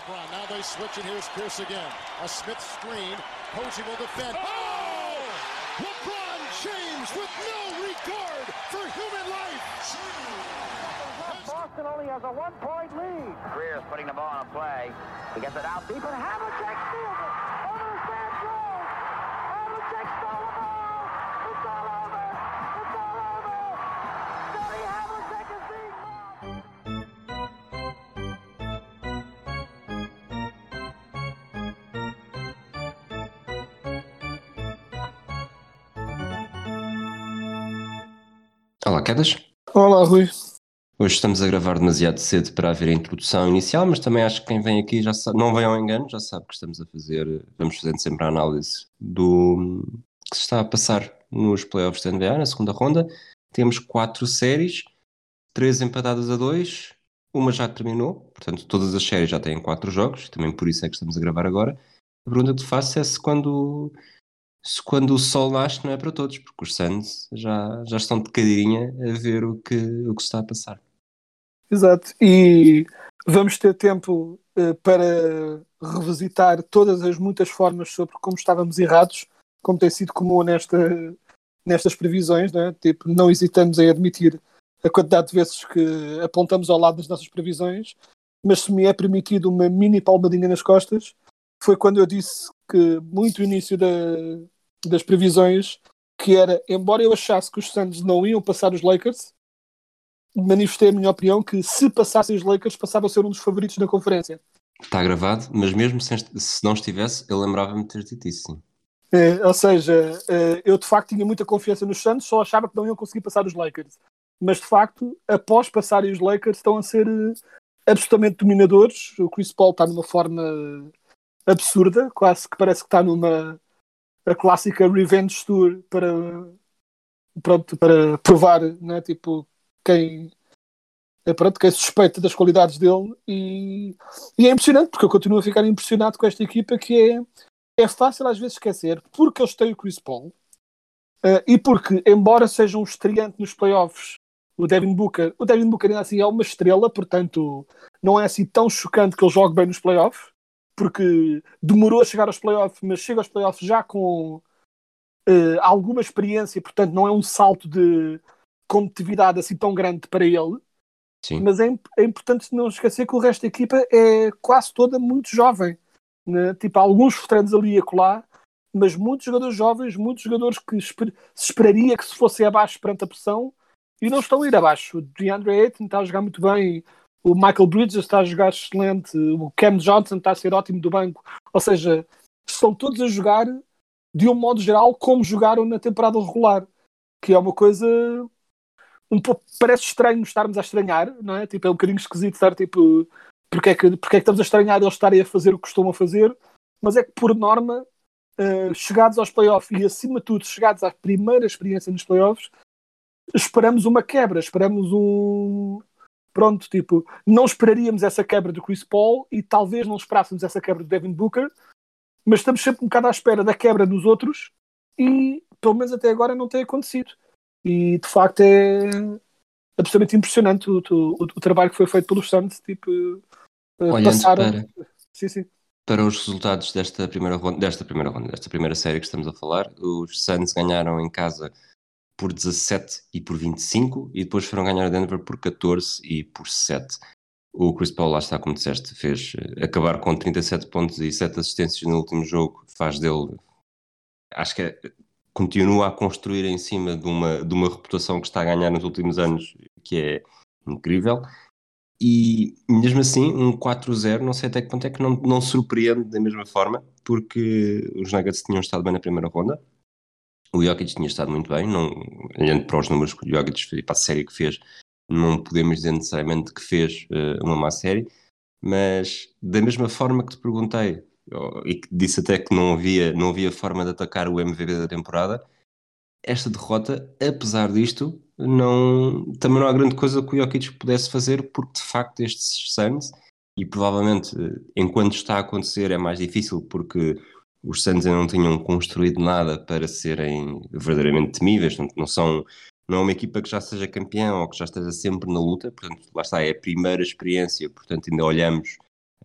LeBron. Now they switch and here's Pierce again. A Smith screen. Posey will defend. Oh! LeBron James with no regard for human life. Boston only has a 1-point lead. Greer's putting the ball on a play. He gets it out deep and Havlicek steals it. Over the Sand Jones. Havlicek stole the ball. It's all over. It's all over. Scotty Havlicek is being mobbed. Olá, Quedas. Olá, Rui. Hoje estamos a gravar demasiado cedo para haver a introdução inicial, mas também acho que quem vem aqui já sabe, não vem ao engano, já sabe que vamos fazendo sempre a análise do que se está a passar nos playoffs da NBA, na segunda ronda. Temos 4 séries, 3 empatadas a 2, uma já terminou, portanto todas as séries já têm 4 jogos, também por isso é que estamos a gravar agora. A pergunta que te faço é se quando o sol nasce não é para todos, porque os Suns já estão de cadeirinha a ver o que se está a passar. Exato. E vamos ter tempo para revisitar todas as muitas formas sobre como estávamos errados, como tem sido comum nestas previsões, né? Tipo, não hesitamos em admitir a quantidade de vezes que apontamos ao lado das nossas previsões, mas se me é permitido uma mini palmadinha nas costas, foi quando eu disse que muito no início das previsões, que era, embora eu achasse que os Suns não iam passar os Lakers, manifestei a minha opinião que se passassem os Lakers passavam a ser um dos favoritos na conferência. Está gravado, mas mesmo se não estivesse, eu lembrava-me de ter dito isso, sim. Ou seja, eu de facto tinha muita confiança nos Suns, só achava que não iam conseguir passar os Lakers. Mas de facto, após passarem os Lakers, estão a ser absolutamente dominadores. O Chris Paul está numa forma absurda, quase que parece que está a clássica Revenge Tour para provar, né? Tipo, quem suspeita das qualidades dele e é impressionante, porque eu continuo a ficar impressionado com esta equipa, que é fácil às vezes esquecer, porque eles têm o Chris Paul e porque, embora seja um estreante nos playoffs, o Devin Booker ainda assim é uma estrela, portanto não é assim tão chocante que ele jogue bem nos playoffs, porque demorou a chegar aos playoffs, mas chega aos playoffs já com alguma experiência, portanto não é um salto de competitividade assim tão grande para ele. Sim. Mas é importante não esquecer que o resto da equipa é quase toda muito jovem, né? Tipo, há alguns veteranos ali e acolá, mas muitos jogadores jovens, muitos jogadores que se esperaria que se fossem abaixo perante a pressão e não estão a ir abaixo. O DeAndre Ayton está a jogar muito bem, o Michael Bridges está a jogar excelente, o Cam Johnson está a ser ótimo do banco, ou seja, estão todos a jogar de um modo geral como jogaram na temporada regular, que é uma coisa um pouco, parece estranho estarmos a estranhar, não é? Tipo, é um bocadinho esquisito estar tipo, porque é que estamos a estranhar eles estarem a fazer o que costumam fazer, mas é que por norma, chegados aos playoffs e acima de tudo chegados à primeira experiência nos playoffs, esperamos uma quebra, pronto, tipo, não esperaríamos essa quebra do Chris Paul e talvez não esperássemos essa quebra do Devin Booker, mas estamos sempre um bocado à espera da quebra dos outros e pelo menos até agora não tem acontecido. E de facto é absolutamente impressionante o trabalho que foi feito pelos Suns. Tipo, Olhando passaram. Sim. para os resultados desta primeira série que estamos a falar, os Suns ganharam em casa por 17 e por 25 e depois foram ganhar a Denver por 14 e por 7. O Chris Paul, lá está, como disseste, fez acabar com 37 pontos e 7 assistências no último jogo, faz dele, acho que continua a construir em cima de uma reputação que está a ganhar nos últimos anos, que é incrível. E mesmo assim, um 4-0, não sei até que ponto é que não surpreende da mesma forma, porque os Nuggets tinham estado bem na primeira ronda, o Jokic tinha estado muito bem, olhando para os números que o Jokic fez, para a série que fez, não podemos dizer necessariamente que fez uma má série, mas da mesma forma que te perguntei, e que disse até que não havia forma de atacar o MVP da temporada, esta derrota, apesar disto, também não há grande coisa que o Jokic pudesse fazer, porque de facto estes Suns, e provavelmente enquanto está a acontecer é mais difícil porque os Suns ainda não tinham construído nada para serem verdadeiramente temíveis, não é uma equipa que já seja campeã ou que já esteja sempre na luta, portanto lá está, é a primeira experiência, portanto ainda olhamos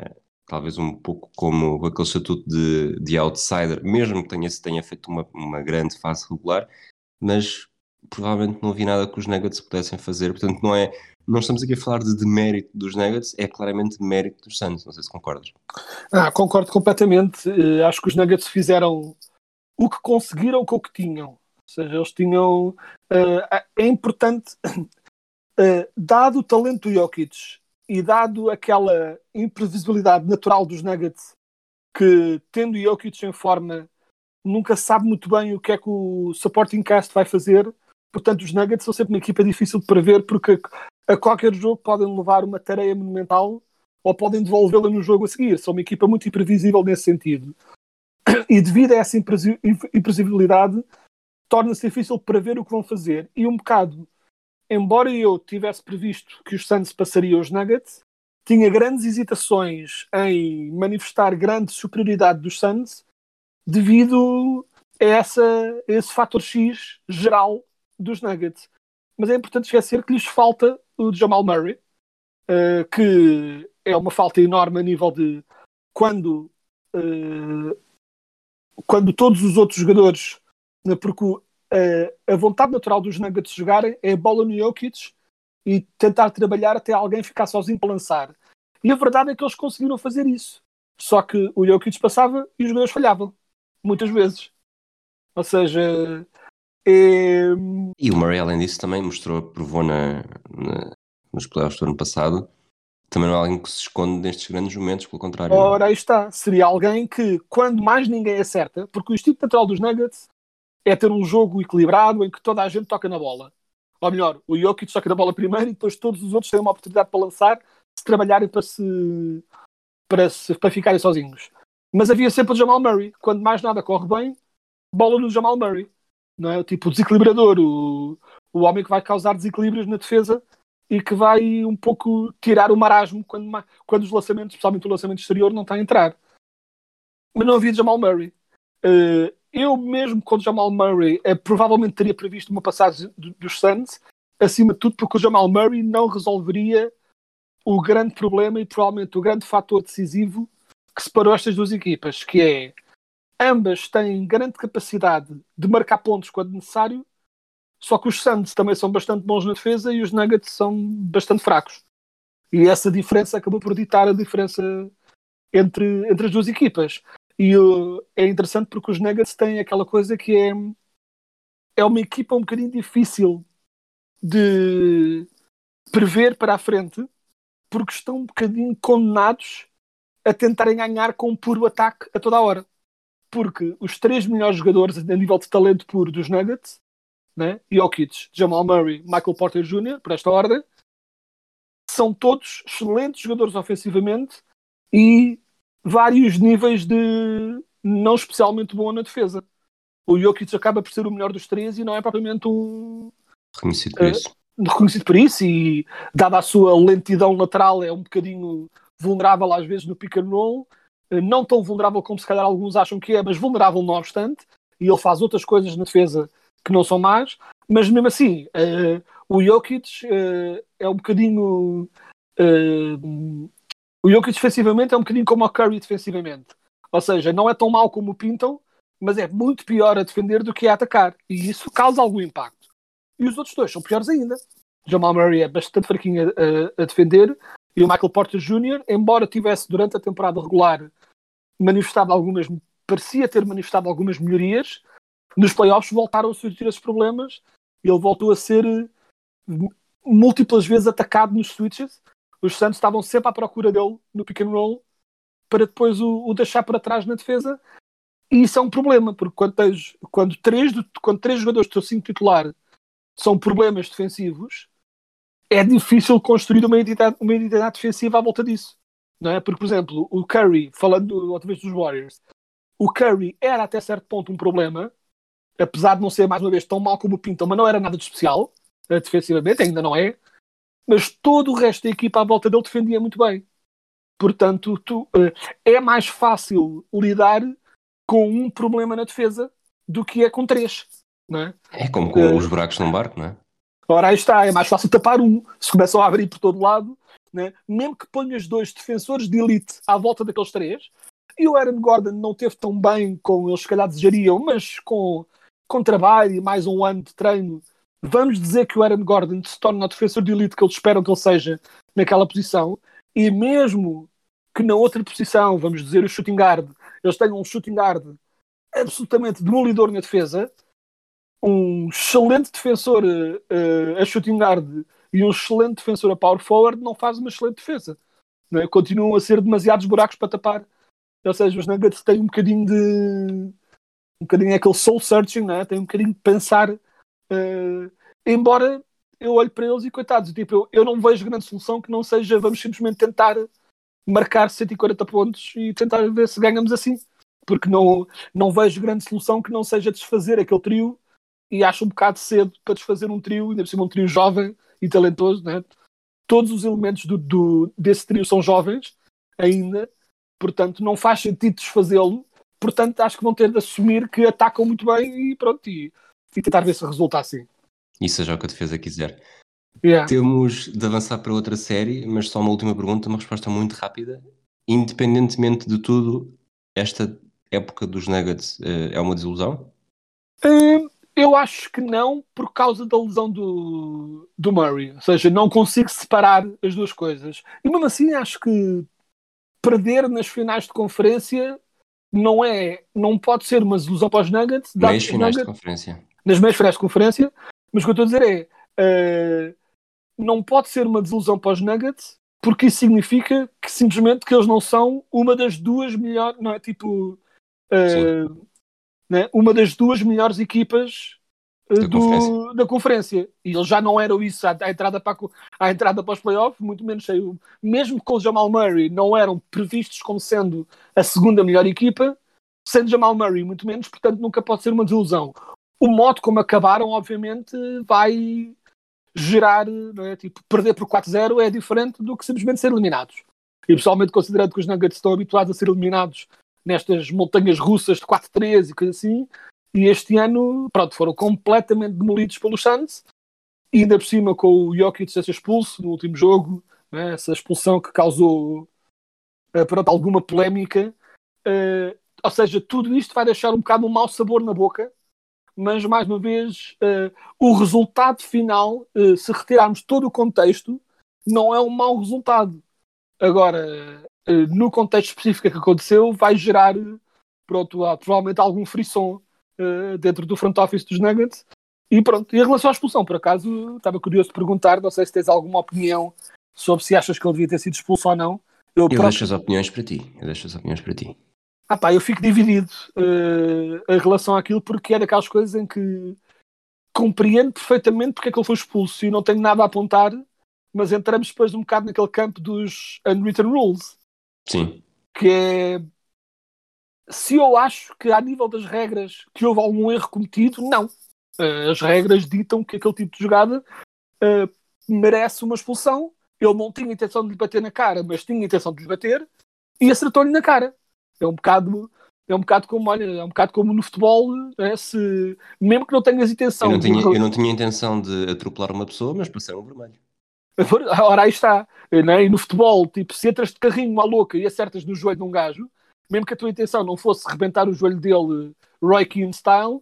talvez um pouco como aquele estatuto de outsider, mesmo que tenha feito uma grande fase regular, mas provavelmente não vi nada que os Nuggets pudessem fazer, portanto não estamos aqui a falar de demérito dos Nuggets, é claramente demérito dos Suns, não sei se concordas. Concordo completamente. Acho que os Nuggets fizeram o que conseguiram com o que tinham. Ou seja, eles tinham... é importante, dado o talento do Jokic e dado aquela imprevisibilidade natural dos Nuggets, que tendo o Jokic em forma, nunca sabe muito bem o que é que o supporting cast vai fazer. Portanto, os Nuggets são sempre uma equipa difícil de prever, porque a qualquer jogo podem levar uma tarefa monumental ou podem devolvê-la no jogo a seguir. São uma equipa muito imprevisível nesse sentido. E devido a essa imprevisibilidade, torna-se difícil prever o que vão fazer. E um bocado, embora eu tivesse previsto que os Suns passariam os Nuggets, tinha grandes hesitações em manifestar grande superioridade dos Suns devido a esse fator X geral dos Nuggets. Mas é importante esquecer que lhes falta o Jamal Murray, que é uma falta enorme a nível de quando todos os outros jogadores, porque a vontade natural dos Nuggets de jogarem é a bola no Jokic e tentar trabalhar até alguém ficar sozinho para lançar. E a verdade é que eles conseguiram fazer isso. Só que o Jokic passava e os jogadores falhavam. Muitas vezes. Ou seja... E o Murray, além disso, também provou nos playoffs do ano passado, também não é alguém que se esconde nestes grandes momentos, pelo contrário. Ora, aí está. Seria alguém que, quando mais ninguém acerta, porque o instinto natural dos Nuggets é ter um jogo equilibrado em que toda a gente toca na bola. Ou melhor, o Jokic toca na bola primeiro e depois todos os outros têm uma oportunidade para lançar, se trabalharem para ficarem sozinhos. Mas havia sempre o Jamal Murray. Quando mais nada corre bem, bola no Jamal Murray. Não é? Tipo o desequilibrador, o homem que vai causar desequilíbrios na defesa e que vai um pouco tirar o marasmo quando os lançamentos, especialmente o lançamento exterior, não está a entrar. Mas não havia Jamal Murray. Eu mesmo com o Jamal Murray provavelmente teria previsto uma passagem dos Suns, acima de tudo porque o Jamal Murray não resolveria o grande problema e provavelmente o grande fator decisivo que separou estas duas equipas, que é ambas têm grande capacidade de marcar pontos quando necessário, só que os Suns também são bastante bons na defesa e os Nuggets são bastante fracos. E essa diferença acabou por ditar a diferença entre as duas equipas. E é interessante porque os Nuggets têm aquela coisa que é uma equipa um bocadinho difícil de prever para a frente, porque estão um bocadinho condenados a tentarem ganhar com um puro ataque a toda a hora. Porque os três melhores jogadores a nível de talento puro dos Nuggets, né? Jokic, Jamal Murray, Michael Porter Jr., por esta ordem, são todos excelentes jogadores ofensivamente e vários níveis de não especialmente bom na defesa. O Jokic acaba por ser o melhor dos três e não é propriamente reconhecido por isso. Reconhecido por isso, e dada a sua lentidão lateral é um bocadinho vulnerável às vezes no pick and roll, não tão vulnerável como se calhar alguns acham que é, mas vulnerável não obstante, e ele faz outras coisas na defesa que não são más, mas mesmo assim o Jokic é um bocadinho o Jokic defensivamente é um bocadinho como o Curry defensivamente, ou seja, não é tão mau como o pintam, mas é muito pior a defender do que a atacar, e isso causa algum impacto. E os outros dois são piores ainda. Jamal Murray é bastante fraquinho a defender, e o Michael Porter Jr., embora tivesse durante a temporada regular parecia ter manifestado algumas melhorias, nos playoffs voltaram a surgir esses problemas e ele voltou a ser múltiplas vezes atacado nos switches. Os Suns estavam sempre à procura dele no pick and roll para depois o deixar para trás na defesa, e isso é um problema, porque quando três jogadores do teu 5 titular são problemas defensivos, é difícil construir uma identidade defensiva à volta disso, não é? Porque, por exemplo, o Curry, falando outra vez dos Warriors, o Curry era até certo ponto um problema, apesar de não ser mais uma vez tão mau como o Pinto, mas não era nada de especial defensivamente, ainda não é, mas todo o resto da equipa à volta dele defendia muito bem. Portanto, é mais fácil lidar com um problema na defesa do que é com três, não é? É como com os buracos num barco, não é? Ora, aí está, é mais fácil tapar um. Se começam a abrir por todo lado, né? Mesmo que ponhas 2 defensores de elite à volta daqueles 3, e o Aaron Gordon não teve tão bem como eles se calhar desejariam, mas com trabalho e mais um ano de treino, vamos dizer que o Aaron Gordon se torna o defensor de elite que eles esperam que ele seja naquela posição, e mesmo que na outra posição, vamos dizer o shooting guard, eles tenham um shooting guard absolutamente demolidor na defesa, um excelente defensor a shooting guard e um excelente defensor a power forward não faz uma excelente defesa, não é? Continuam a ser demasiados buracos para tapar. Ou seja, os Nuggets têm um bocadinho aquele soul searching, não é? Tem um bocadinho de pensar, embora eu olhe para eles e coitados, tipo, eu não vejo grande solução que não seja vamos simplesmente tentar marcar 140 pontos e tentar ver se ganhamos assim, porque não vejo grande solução que não seja desfazer aquele trio, e acho um bocado cedo para desfazer um trio, ainda por cima um trio jovem e talentoso, né? Todos os elementos desse trio são jovens ainda, portanto não faz sentido desfazê-lo, portanto acho que vão ter de assumir que atacam muito bem e pronto, e tentar ver se resulta assim. E seja o que a defesa quiser. Yeah. Temos de avançar para outra série, mas só uma última pergunta, uma resposta muito rápida. Independentemente de tudo, esta época dos Nuggets é uma desilusão? Eu acho que não, por causa da lesão do Murray. Ou seja, não consigo separar as duas coisas. E mesmo assim acho que perder nas finais de conferência não pode ser uma desilusão para os Nuggets. Meias finais de conferência. Nas meias finais de conferência. Mas o que eu estou a dizer não pode ser uma desilusão para os Nuggets, porque isso significa que simplesmente que eles não são uma das duas melhores, não é tipo né, uma das duas melhores equipas da conferência. E eles já não eram isso à entrada para os playoffs, muito menos cheio. Mesmo com o Jamal Murray não eram previstos como sendo a segunda melhor equipa, sendo Jamal Murray muito menos, portanto nunca pode ser uma desilusão. O modo como acabaram, obviamente, vai gerar, não é? Tipo, perder por 4-0 é diferente do que simplesmente ser eliminados. E pessoalmente, considerando que os Nuggets estão habituados a ser eliminados nestas montanhas russas de 4-3 e coisa assim, e este ano, pronto, foram completamente demolidos pelos Suns, e ainda por cima com o Jokic a ser expulso no último jogo, né? Essa expulsão que causou pronto, alguma polémica, ou seja, tudo isto vai deixar um bocado um mau sabor na boca, mas mais uma vez o resultado final, se retirarmos todo o contexto, não é um mau resultado. Agora, no contexto específico que aconteceu, vai gerar pronto, provavelmente algum frisson dentro do front office dos Nuggets. E pronto, em relação à expulsão, por acaso, estava curioso de perguntar, não sei se tens alguma opinião sobre se achas que ele devia ter sido expulso ou não. Eu deixo as opiniões para ti. Eu fico dividido em relação àquilo, porque é daquelas coisas em que compreendo perfeitamente porque é que ele foi expulso e não tenho nada a apontar, mas entramos depois um bocado naquele campo dos unwritten rules. Sim. Que é... Se eu acho que a nível das regras que houve algum erro cometido, não. As regras ditam que aquele tipo de jogada merece uma expulsão. Ele não tinha intenção de lhe bater na cara, mas tinha intenção de lhe bater e acertou-lhe na cara. É um bocado como no futebol, mesmo que não tenhas intenção. Eu não tinha intenção de atropelar uma pessoa, mas passaram um vermelho. Ora, aí está. Né? E no futebol, tipo, se entras de carrinho à louca e acertas no joelho de um gajo, mesmo que a tua intenção não fosse rebentar o joelho dele, Roy Keane style,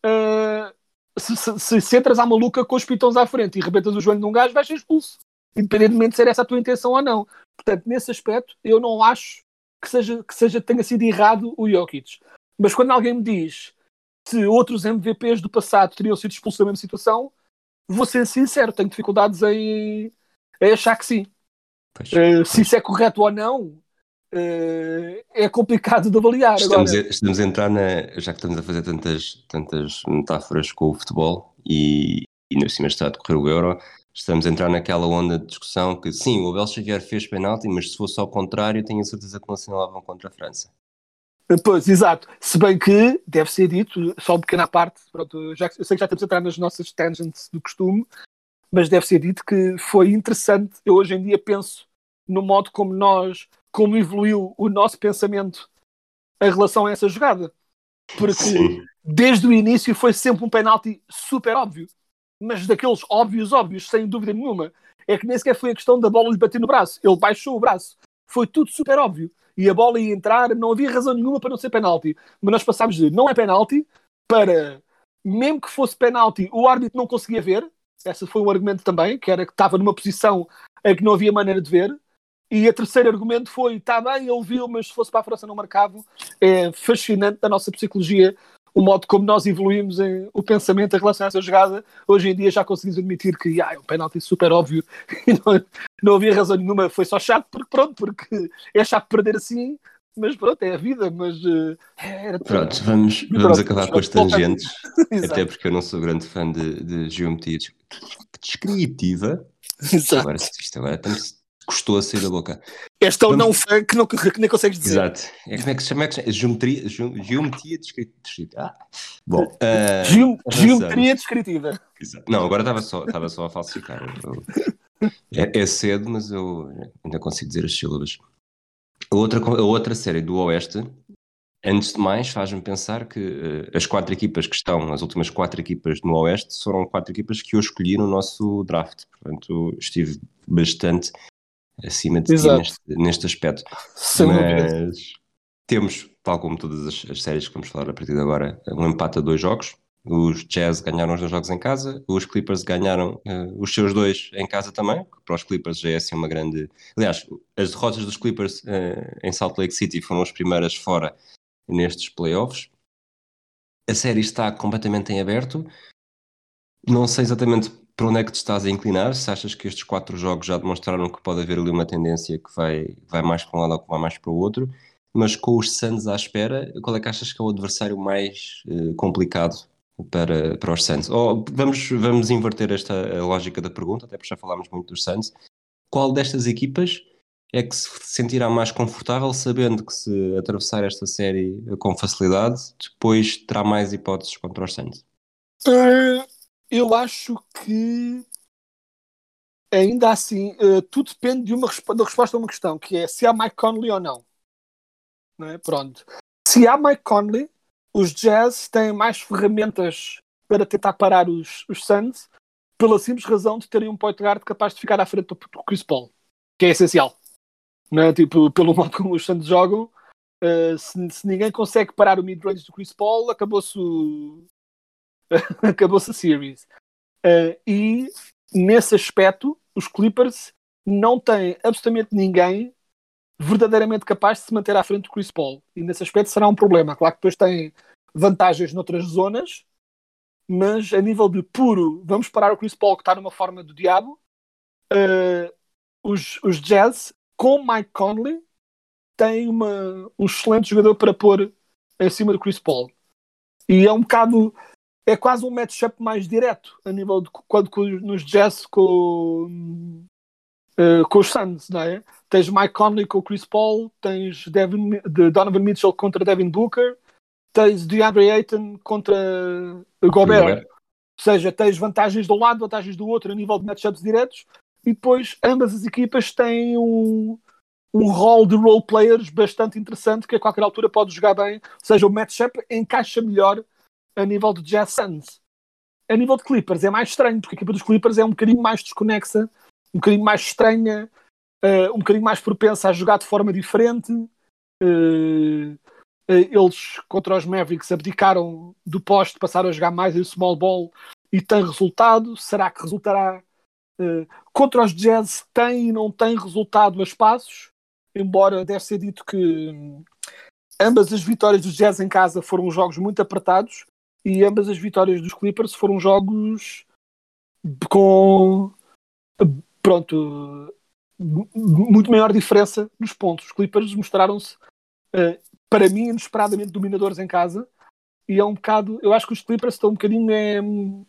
se entras à maluca com os pitões à frente e rebentas o joelho de um gajo, vais ser expulso. Independentemente de ser essa a tua intenção ou não. Portanto, nesse aspecto, eu não acho que tenha sido errado o Jokic. Mas quando alguém me diz se outros MVPs do passado teriam sido expulsos da mesma situação, vou ser sincero, tenho dificuldades em achar que sim. Se isso é correto ou não, é complicado de avaliar. Estamos a entrar já que estamos a fazer tantas metáforas com o futebol e ainda por cima está a decorrer o Euro, estamos a entrar naquela onda de discussão que sim, o Abel Xavier fez penalti, mas se fosse ao contrário, tenho a certeza que não assinalavam contra a França. Pois, exato. Se bem que deve ser dito, só uma pequena parte, pronto, eu sei que já estamos a entrar nas nossas tangents do costume, mas deve ser dito que foi interessante. Eu hoje em dia penso no modo como evoluiu o nosso pensamento em relação a essa jogada. Porque sim, desde o início foi sempre um penalti super óbvio, mas daqueles óbvios, sem dúvida nenhuma. é que nem sequer foi a questão da bola lhe bater no braço. Ele baixou o braço. Foi tudo super óbvio. E a bola ia entrar, não havia razão nenhuma para não ser penalti. Mas nós passámos de não é penalti para, mesmo que fosse penalti, o árbitro não conseguia ver. Esse foi um argumento também, que era que estava numa posição em que não havia maneira de ver. E o terceiro argumento foi, está bem, ele viu, mas se fosse para a França não marcava. É fascinante da nossa psicologia o modo como nós evoluímos em o pensamento em relação a essa jogada. Hoje em dia já conseguimos admitir que é um penalti super óbvio e não havia razão nenhuma. Foi só chato porque é chato perder assim, mas pronto, é a vida. Mas era Pronto, vamos acabar com as tangentes, até porque eu não sou grande fã de geometria descritiva. Exato. Isto agora custou a sair da boca. És tão não fã que nem consegues dizer. Exato. Como é que se chama? Geometria descritiva. Bom, geometria descritiva. Exato. Não, agora estava só a falsificar. É cedo, mas eu ainda consigo dizer as sílabas. A outra série do Oeste, antes de mais, faz-me pensar que as últimas 4 equipas no Oeste, foram 4 equipas que eu escolhi no nosso draft. Portanto, estive bastante acima de ti neste aspecto. Mas temos, tal como todas as séries que vamos falar a partir de agora, um empate a 2 jogos. Os Jazz ganharam os 2 jogos em casa, os Clippers ganharam os seus 2 em casa também, que para os Clippers já é assim uma grande... Aliás, as derrotas dos Clippers em Salt Lake City foram as primeiras fora nestes playoffs. A série está completamente em aberto. Não sei exatamente para onde é que te estás a inclinar, se achas que estes 4 jogos já demonstraram que pode haver ali uma tendência que vai mais para um lado ou que vai mais para o outro, mas com os Suns à espera, qual é que achas que é o adversário mais complicado para os Suns? Vamos inverter a lógica da pergunta, até porque já falámos muito dos Suns. Qual destas equipas é que se sentirá mais confortável sabendo que se atravessar esta série com facilidade, depois terá mais hipóteses contra os Suns? Eu acho que ainda assim tudo depende da resposta a uma questão, que é se há Mike Conley ou não. Não é? Pronto. Se há Mike Conley, os Jazz têm mais ferramentas para tentar parar os Suns, pela simples razão de terem um point guard capaz de ficar à frente do Chris Paul, que é essencial. Não é? Tipo, pelo modo como os Suns jogam, se ninguém consegue parar o mid-range do Chris Paul, acabou-se a series. E nesse aspecto, os Clippers não têm absolutamente ninguém verdadeiramente capaz de se manter à frente do Chris Paul. E nesse aspecto será um problema. Claro que depois têm vantagens noutras zonas, mas a nível de puro, vamos parar o Chris Paul que está numa forma do diabo, os Jazz, com Mike Conley, têm um excelente jogador para pôr em cima do Chris Paul. E é quase um matchup mais direto a nível de quando nos Jazz com os Suns, não é? Tens Mike Conley com o Chris Paul, tens Donovan Mitchell contra Devin Booker, tens DeAndre Ayton contra Gobert. Ou seja, tens vantagens de um lado, vantagens do outro a nível de matchups diretos, e depois ambas as equipas têm um rol de role players bastante interessante que a qualquer altura pode jogar bem. Ou seja, o matchup encaixa melhor a nível de Jazz Suns. A nível de Clippers é mais estranho, porque a equipa dos Clippers é um bocadinho mais desconexa, um bocadinho mais estranha, um bocadinho mais propensa a jogar de forma diferente. Eles, contra os Mavericks, abdicaram do poste, passaram a jogar mais em small ball e tem resultado. Será que resultará? Contra os Jazz tem e não tem resultado a espaços, embora deve ser dito que ambas as vitórias dos Jazz em casa foram jogos muito apertados e ambas as vitórias dos Clippers foram jogos com muito maior diferença nos pontos. Os Clippers mostraram-se para mim inesperadamente dominadores em casa e é um bocado, eu acho que os Clippers estão um bocadinho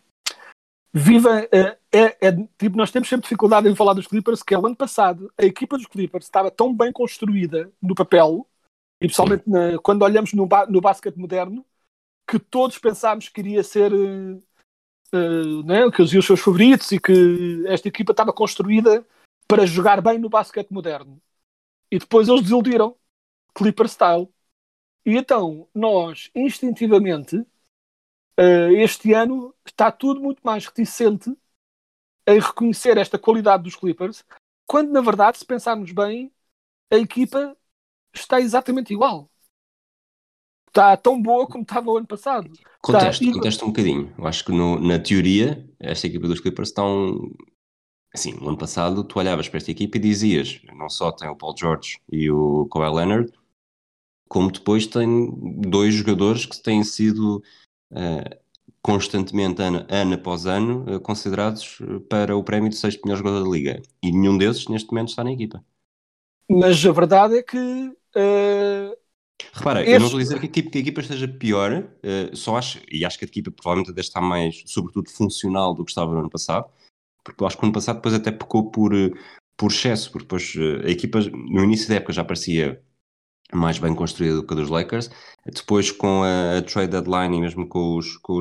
tipo, nós temos sempre dificuldade em falar dos Clippers, que é o ano passado a equipa dos Clippers estava tão bem construída no papel e principalmente quando olhamos no basquete moderno, que todos pensámos que iria ser que eles iam os seus favoritos e que esta equipa estava construída para jogar bem no basquete moderno. E depois eles desiludiram, Clipper style. E então, nós, instintivamente, este ano, está tudo muito mais reticente em reconhecer esta qualidade dos Clippers, quando na verdade, se pensarmos bem, a equipa está exatamente igual. Está tão boa como estava o ano passado. Contesto um bocadinho. Eu acho que na teoria, esta equipa dos Clippers estão... Assim, no ano passado, tu olhavas para esta equipa e dizias, não só tem o Paul George e o Kawhi Leonard, como depois tem dois jogadores que têm sido constantemente, ano após ano, considerados para o prémio de 6º melhor jogador da Liga. E nenhum desses, neste momento, está na equipa. Mas a verdade é que... Repara, eu não estou a dizer que a equipa esteja pior, só acho que a equipa provavelmente deve estar mais, sobretudo, funcional do que estava no ano passado, porque eu acho que no ano passado depois até pecou por excesso, porque depois a equipa no início da época já parecia mais bem construída do que a dos Lakers, depois com a trade deadline e mesmo com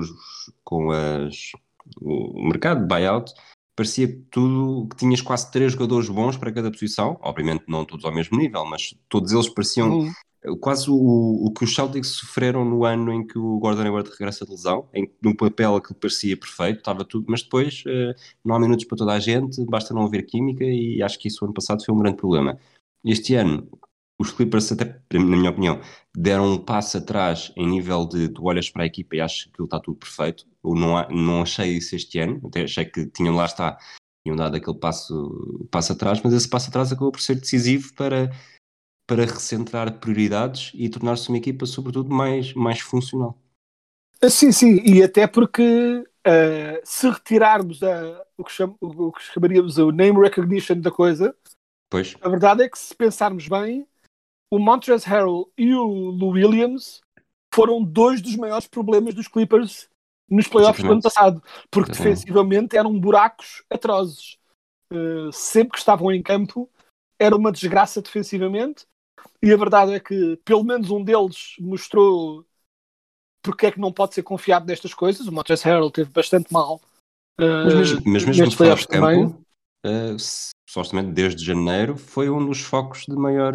o mercado de buyout, parecia que tinhas quase 3 jogadores bons para cada posição, obviamente não todos ao mesmo nível, mas todos eles pareciam quase o que os Celtics sofreram no ano em que o Gordon Hayward regressa de lesão, em que no papel aquilo parecia perfeito, estava tudo, mas depois não há minutos para toda a gente, basta não haver química, e acho que isso ano passado foi um grande problema. Este ano os Clippers, até na minha opinião, deram um passo atrás em nível de tu olhas para a equipa e achas que aquilo está tudo perfeito. Eu não achei isso este ano, até achei que tinham dado aquele passo atrás, mas esse passo atrás acabou por ser decisivo para recentrar prioridades e tornar-se uma equipa, sobretudo, mais funcional. Sim, e até porque se retirarmos o que chamaríamos o name recognition da coisa, pois. A verdade é que, se pensarmos bem, o Montrezl Harrell e o Lou Williams foram 2 dos maiores problemas dos Clippers nos playoffs do ano passado, porque defensivamente eram buracos atrozes. Sempre que estavam em campo era uma desgraça defensivamente, e a verdade é que pelo menos um deles mostrou porque é que não pode ser confiado nestas coisas. O Montrezl Harrell teve bastante mal, mas mesmo fora de campo, supostamente desde janeiro, foi um dos focos de maior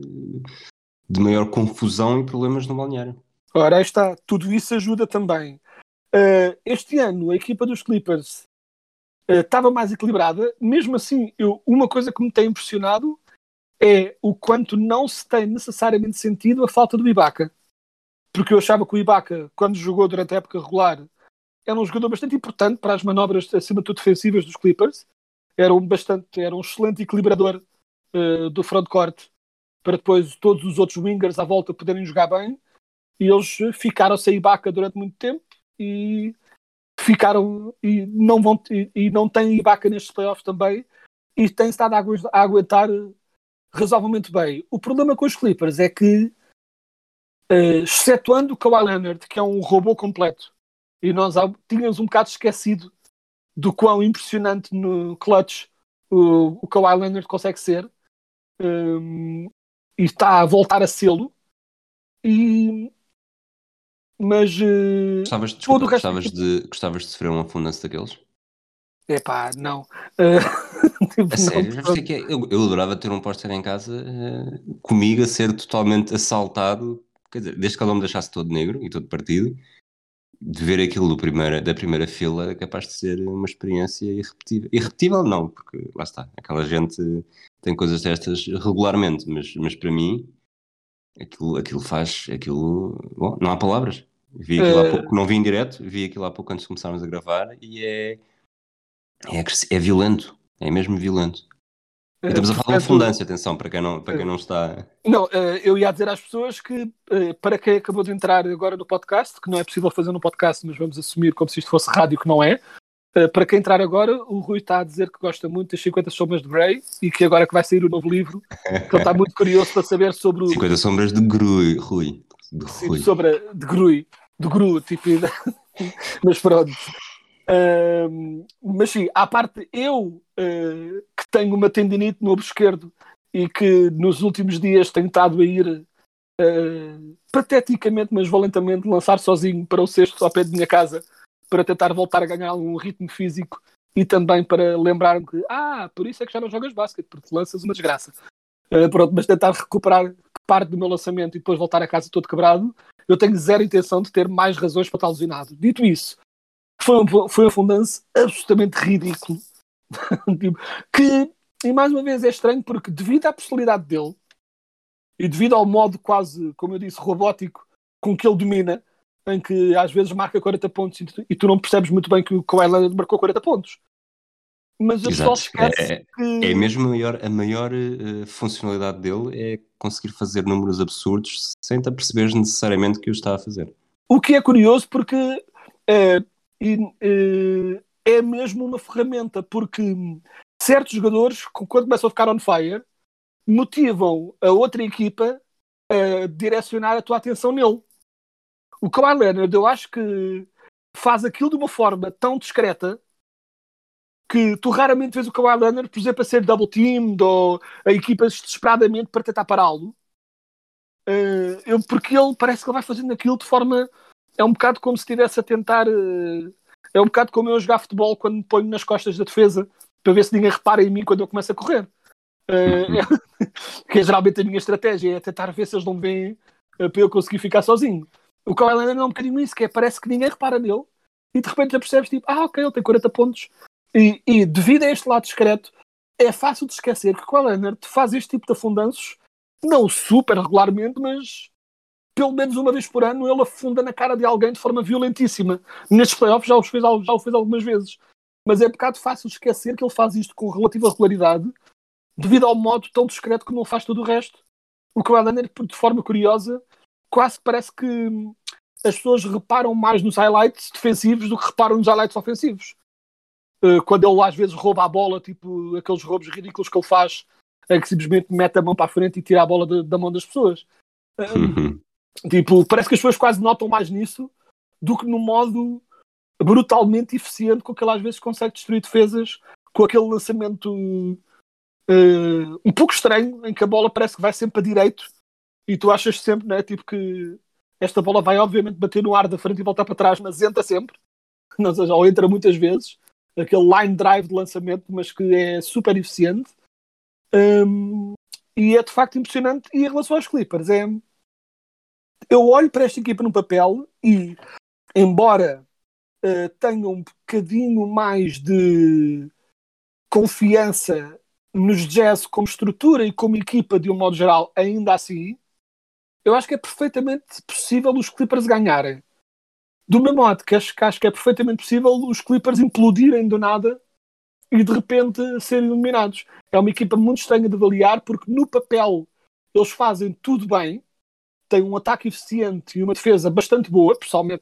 confusão e problemas no balneário. Ora, aí está, tudo isso ajuda também. Este ano a equipa dos Clippers estava mais equilibrada. Mesmo assim, uma coisa que me tem impressionado é o quanto não se tem necessariamente sentido a falta do Ibaka, porque eu achava que o Ibaka, quando jogou durante a época regular, era um jogador bastante importante para as manobras, acima de tudo, defensivas dos Clippers. Era um excelente equilibrador do frontcourt, para depois todos os outros wingers à volta poderem jogar bem, e eles ficaram sem Ibaka durante muito tempo e não têm Ibaka nestes playoffs também, e têm estado a aguentar razoavelmente bem. O problema com os Clippers é que, excetuando o Kawhi Leonard, que é um robô completo, e nós tínhamos um bocado esquecido do quão impressionante no clutch o Kawhi Leonard consegue ser, e está a voltar a sê-lo, mas gostavas de sofrer um afundanço daqueles? Epá, não. A sério? Eu adorava ter um póster em casa comigo a ser totalmente assaltado, quer dizer, desde que ele não me deixasse todo negro e todo partido, de ver aquilo da primeira fila é capaz de ser uma experiência irrepetível. Irrepetível não, porque lá está, aquela gente tem coisas destas regularmente, mas para mim aquilo faz, bom, não há palavras. Vi aquilo há pouco, não vi em direto, vi aquilo há pouco antes de começarmos a gravar, e é violento, é mesmo violento. E estamos a falar de afundância, atenção, para quem não está... Não, eu ia dizer às pessoas que, para quem acabou de entrar agora no podcast, que não é possível fazer no podcast, mas vamos assumir como se isto fosse rádio, que não é, para quem entrar agora, o Rui está a dizer que gosta muito das 50 Sombras de Grey, e que agora que vai sair o novo livro, que ele está muito curioso para saber sobre o... 50 Sombras de Grey, Rui. Sim, sobre de Gru, tipo... Mas pronto. Mas sim, à parte eu que tenho uma tendinite no ombro esquerdo e que nos últimos dias tenho estado a ir pateticamente, mas valentamente, lançar sozinho para o cesto ao pé de minha casa para tentar voltar a ganhar algum ritmo físico, e também para lembrar-me que por isso é que já não jogas basquete, porque lanças uma desgraça. Pronto, mas tentar recuperar parte do meu lançamento e depois voltar a casa todo quebrado, eu tenho zero intenção de ter mais razões para estar lesionado. Dito isso, foi um afundanço absolutamente ridículo, Tipo, e mais uma vez é estranho porque devido à personalidade dele e devido ao modo quase, como eu disse, robótico com que ele domina, em que às vezes marca 40 pontos e tu não percebes muito bem que o Kawhi Leonard marcou 40 pontos. Mas o pessoal esquece que... É mesmo a maior funcionalidade dele é conseguir fazer números absurdos sem te perceberes necessariamente que o está a fazer. O que é curioso porque é mesmo uma ferramenta, porque certos jogadores, quando começam a ficar on fire, motivam a outra equipa a direcionar a tua atenção nele. O Kawhi Leonard, eu acho que faz aquilo de uma forma tão discreta que tu raramente vês o Kawhi Leonard, por exemplo, a ser double-teamed ou a equipas desesperadamente para tentar pará-lo. Porque ele parece que ele vai fazendo aquilo de forma... É um bocado como se estivesse a tentar... é um bocado como eu jogar futebol quando me ponho nas costas da defesa para ver se ninguém repara em mim quando eu começo a correr. Que é geralmente a minha estratégia, é tentar ver se eles não me veem para eu conseguir ficar sozinho. O Kawhi Leonard é um bocadinho isso, que é, parece que ninguém repara nele e de repente já percebes, tipo, ok, ele tem 40 pontos. E devido a este lado discreto, é fácil de esquecer que o Kawhi Leonard faz este tipo de afundanços, não super regularmente, mas pelo menos uma vez por ano ele afunda na cara de alguém de forma violentíssima. Nestes playoffs já o fez algumas vezes. Mas é um bocado fácil de esquecer que ele faz isto com relativa regularidade, devido ao modo tão discreto que não faz todo o resto. O Kawhi Leonard, de forma curiosa, quase que parece que as pessoas reparam mais nos highlights defensivos do que reparam nos highlights ofensivos. Quando ele às vezes rouba a bola, tipo aqueles roubos ridículos que ele faz, é que simplesmente mete a mão para a frente e tira a bola da mão das pessoas. Tipo, parece que as pessoas quase notam mais nisso do que no modo brutalmente eficiente com que ele às vezes consegue destruir defesas, com aquele lançamento um pouco estranho, em que a bola parece que vai sempre a direito e tu achas sempre, né, tipo, que esta bola vai obviamente bater no ar da frente e voltar para trás, mas entra sempre, ou entra muitas vezes, aquele line drive de lançamento, mas que é super eficiente. E é de facto impressionante. E em relação aos Clippers, eu olho para esta equipa no papel e, embora tenha um bocadinho mais de confiança nos Jazz como estrutura e como equipa de um modo geral, ainda assim, eu acho que é perfeitamente possível os Clippers ganharem. Do mesmo modo que acho que é perfeitamente possível os Clippers implodirem do nada e de repente serem eliminados. É uma equipa muito estranha de avaliar, porque no papel eles fazem tudo bem, têm um ataque eficiente e uma defesa bastante boa, principalmente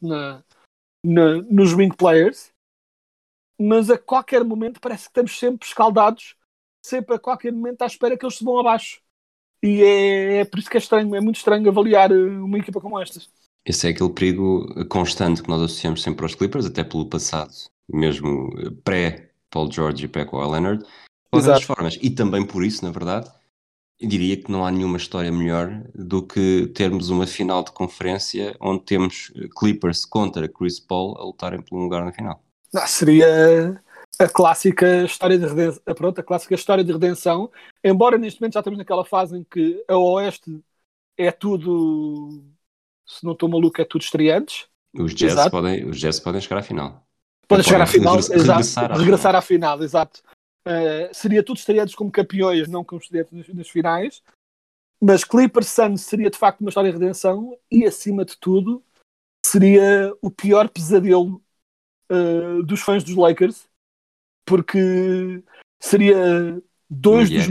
nos wing players, mas a qualquer momento parece que estamos sempre escaldados, sempre a qualquer momento à espera que eles se vão abaixo. E é por isso que é estranho, é muito estranho avaliar uma equipa como estas. Esse é aquele perigo constante que nós associamos sempre aos Clippers, até pelo passado, mesmo pré-Paul George e pré-Kawhi Leonard, de qualquer das formas. E também por isso, na verdade, eu diria que não há nenhuma história melhor do que termos uma final de conferência onde temos Clippers contra Chris Paul a lutarem pelo lugar na final. Seria a clássica história de redenção, a clássica história de redenção, embora neste momento já estamos naquela fase em que a Oeste é tudo, se não estou maluco, é tudo estreantes. Os Jazz podem chegar à final. Podem chegar à final, regressar à à final, exato. Seria tudo estreantes como campeões, não como estreantes nas finais. Mas Clippers Suns seria de facto uma história de redenção e, acima de tudo, seria o pior pesadelo dos fãs dos Lakers, porque seria dois dos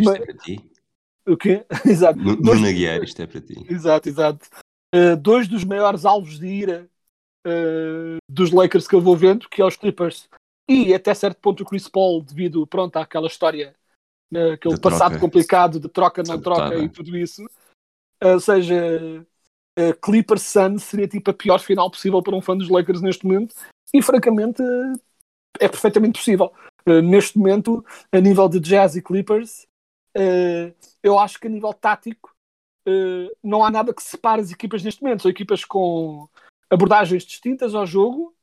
o quê? Exato. Nuno Aguiar, isto é para ti. Exato. Dois dos maiores alvos de ira dos Lakers que eu vou vendo, que é os Clippers e até certo ponto o Chris Paul, devido àquela história, aquele passado complicado de troca na troca e tudo isso. Ou seja, Clippers Suns seria tipo a pior final possível para um fã dos Lakers neste momento, e francamente é perfeitamente possível. Neste momento, a nível de Jazz e Clippers, eu acho que a nível tático não há nada que separe as equipas neste momento. São equipas com abordagens distintas ao jogo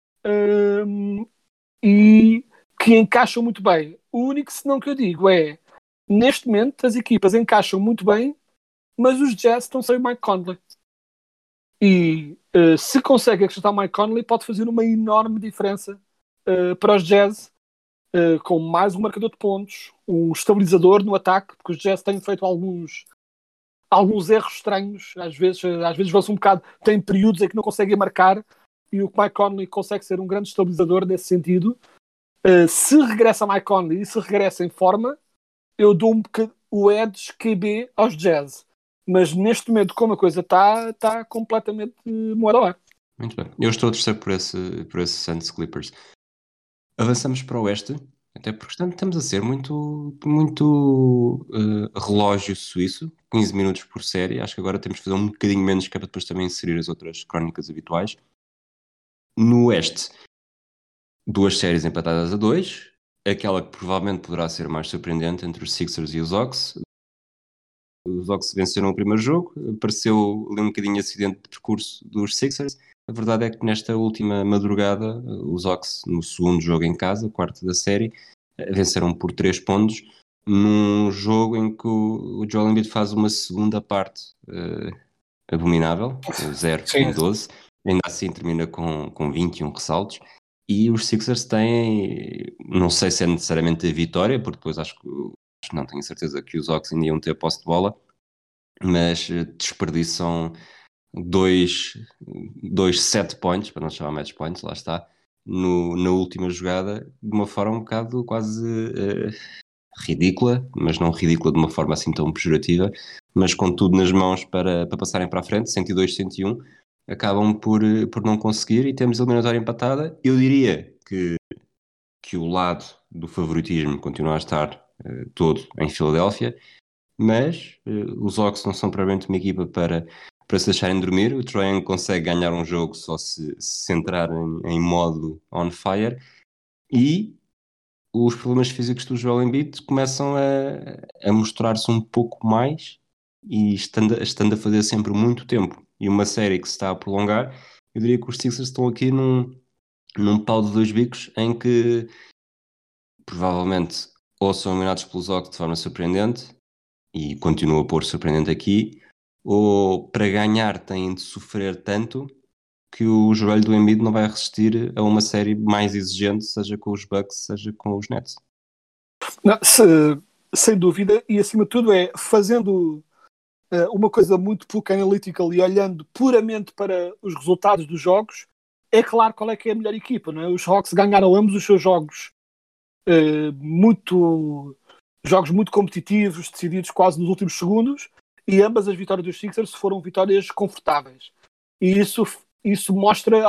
e que encaixam muito bem. O único senão que eu digo é, neste momento as equipas encaixam muito bem, mas os Jazz estão sem o Mike Conley. E se consegue acrescentar o Mike Conley, pode fazer uma enorme diferença para os Jazz, com mais um marcador de pontos, um estabilizador no ataque, porque os Jazz têm feito alguns erros estranhos, às vezes vão-se um bocado, têm períodos em que não conseguem marcar, e o Mike Conley consegue ser um grande estabilizador nesse sentido. Se regressa Mike Conley e se regressa em forma, eu dou o edge QB aos Jazz. Mas neste momento, como a coisa está completamente moeda ao ar. Muito bem. Eu estou a torcer por esse Suns Clippers. Avançamos para o Oeste, até porque estamos a ser muito relógio suíço, 15 minutos por série. Acho que agora temos de fazer um bocadinho menos, que é para depois também inserir as outras crónicas habituais. No Oeste, 2 séries empatadas a 2. Aquela que provavelmente poderá ser mais surpreendente entre os Sixers e os Hawks. Os Hawks venceram o primeiro jogo, apareceu ali um bocadinho de acidente de percurso dos Sixers. A verdade é que nesta última madrugada, os Hawks, no segundo jogo em casa, quarto da série, venceram por 3 pontos, num jogo em que o Joel Embiid faz uma segunda parte abominável, 0 em 12, ainda assim termina com 21 ressaltos. E os Sixers têm, não sei se é necessariamente a vitória, porque depois acho que não tenho certeza que os Hawks ainda iam ter posse de bola, mas desperdiçam 2 set points, para não chamar match points, lá está, na última jogada, de uma forma um bocado quase ridícula, mas não ridícula de uma forma assim tão pejorativa, mas com tudo nas mãos para passarem para a frente, 102-101, acabam por não conseguir e temos a eliminatória empatada. Eu diria que o lado do favoritismo continua a estar todo em Filadélfia, mas os Hawks não são provavelmente uma equipa para se deixarem dormir. O Trae Young consegue ganhar um jogo só se entrar em modo on fire, e os problemas físicos do Joel Embiid começam a mostrar-se um pouco mais, e estando a fazer sempre muito tempo e uma série que se está a prolongar, eu diria que os Sixers estão aqui num pau de 2 bicos, em que provavelmente ou são eliminados pelos Hawks de forma surpreendente, e continua a pôr surpreendente aqui, ou para ganhar têm de sofrer tanto que o joelho do Embiid não vai resistir a uma série mais exigente, seja com os Bucks, seja com os Nets. Não, sem dúvida, e acima de tudo fazendo uma coisa muito pouco analytical e olhando puramente para os resultados dos jogos, é claro qual é que é a melhor equipa, não é? Os Hawks ganharam ambos os seus jogos muito competitivos, decididos quase nos últimos segundos, e ambas as vitórias dos Sixers foram vitórias confortáveis. E isso mostra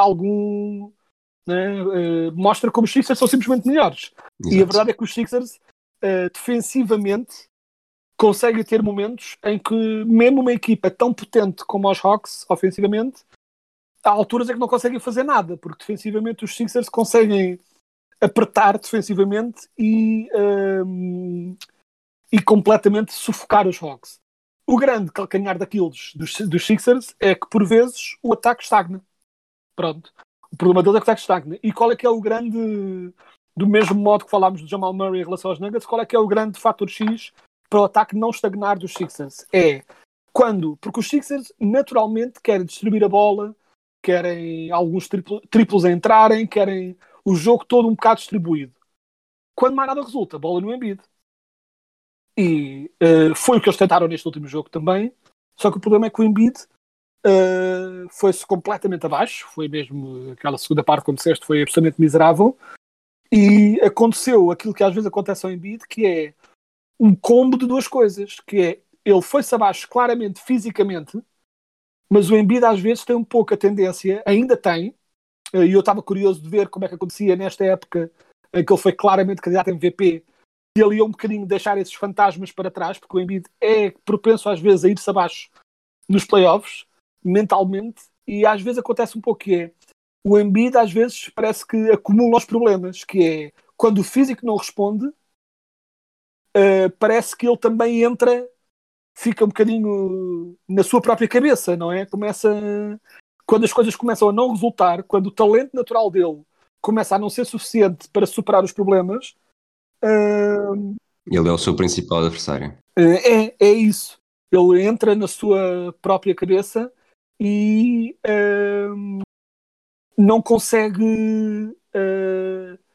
mostra como os Sixers são simplesmente melhores. Exato. E a verdade é que os Sixers defensivamente conseguem ter momentos em que mesmo uma equipa tão potente como os Hawks ofensivamente, há alturas em que não conseguem fazer nada, porque defensivamente os Sixers conseguem apertar defensivamente e completamente sufocar os Hawks. O grande calcanhar daqueles dos Sixers é que por vezes o ataque estagna. Pronto. O problema deles é que o ataque estagna. E qual é que é o grande, do mesmo modo que falámos do Jamal Murray em relação aos Nuggets, qual é que é o grande fator X para o ataque não estagnar dos Sixers? Porque os Sixers naturalmente querem distribuir a bola, querem alguns triplos a entrarem, querem o jogo todo um bocado distribuído. Quando mais nada resulta, bola no Embiid. E foi o que eles tentaram neste último jogo também, só que o problema é que o Embiid foi-se completamente abaixo, foi mesmo aquela segunda parte, como disseste, foi absolutamente miserável, e aconteceu aquilo que às vezes acontece ao Embiid, que é um combo de 2 coisas, que é, ele foi-se abaixo claramente fisicamente, mas o Embiid às vezes tem um pouco a tendência, ainda tem, e eu estava curioso de ver como é que acontecia nesta época em que ele foi claramente candidato a MVP, e ele ia um bocadinho deixar esses fantasmas para trás, porque o Embiid é propenso às vezes a ir-se abaixo nos playoffs, mentalmente, e às vezes acontece um pouco que é, o Embiid às vezes parece que acumula os problemas, que é, quando o físico não responde, parece que ele também fica um bocadinho na sua própria cabeça, não é? Quando as coisas começam a não resultar, quando o talento natural dele começa a não ser suficiente para superar os problemas, ele é o seu principal adversário. É isso. Ele entra na sua própria cabeça e não consegue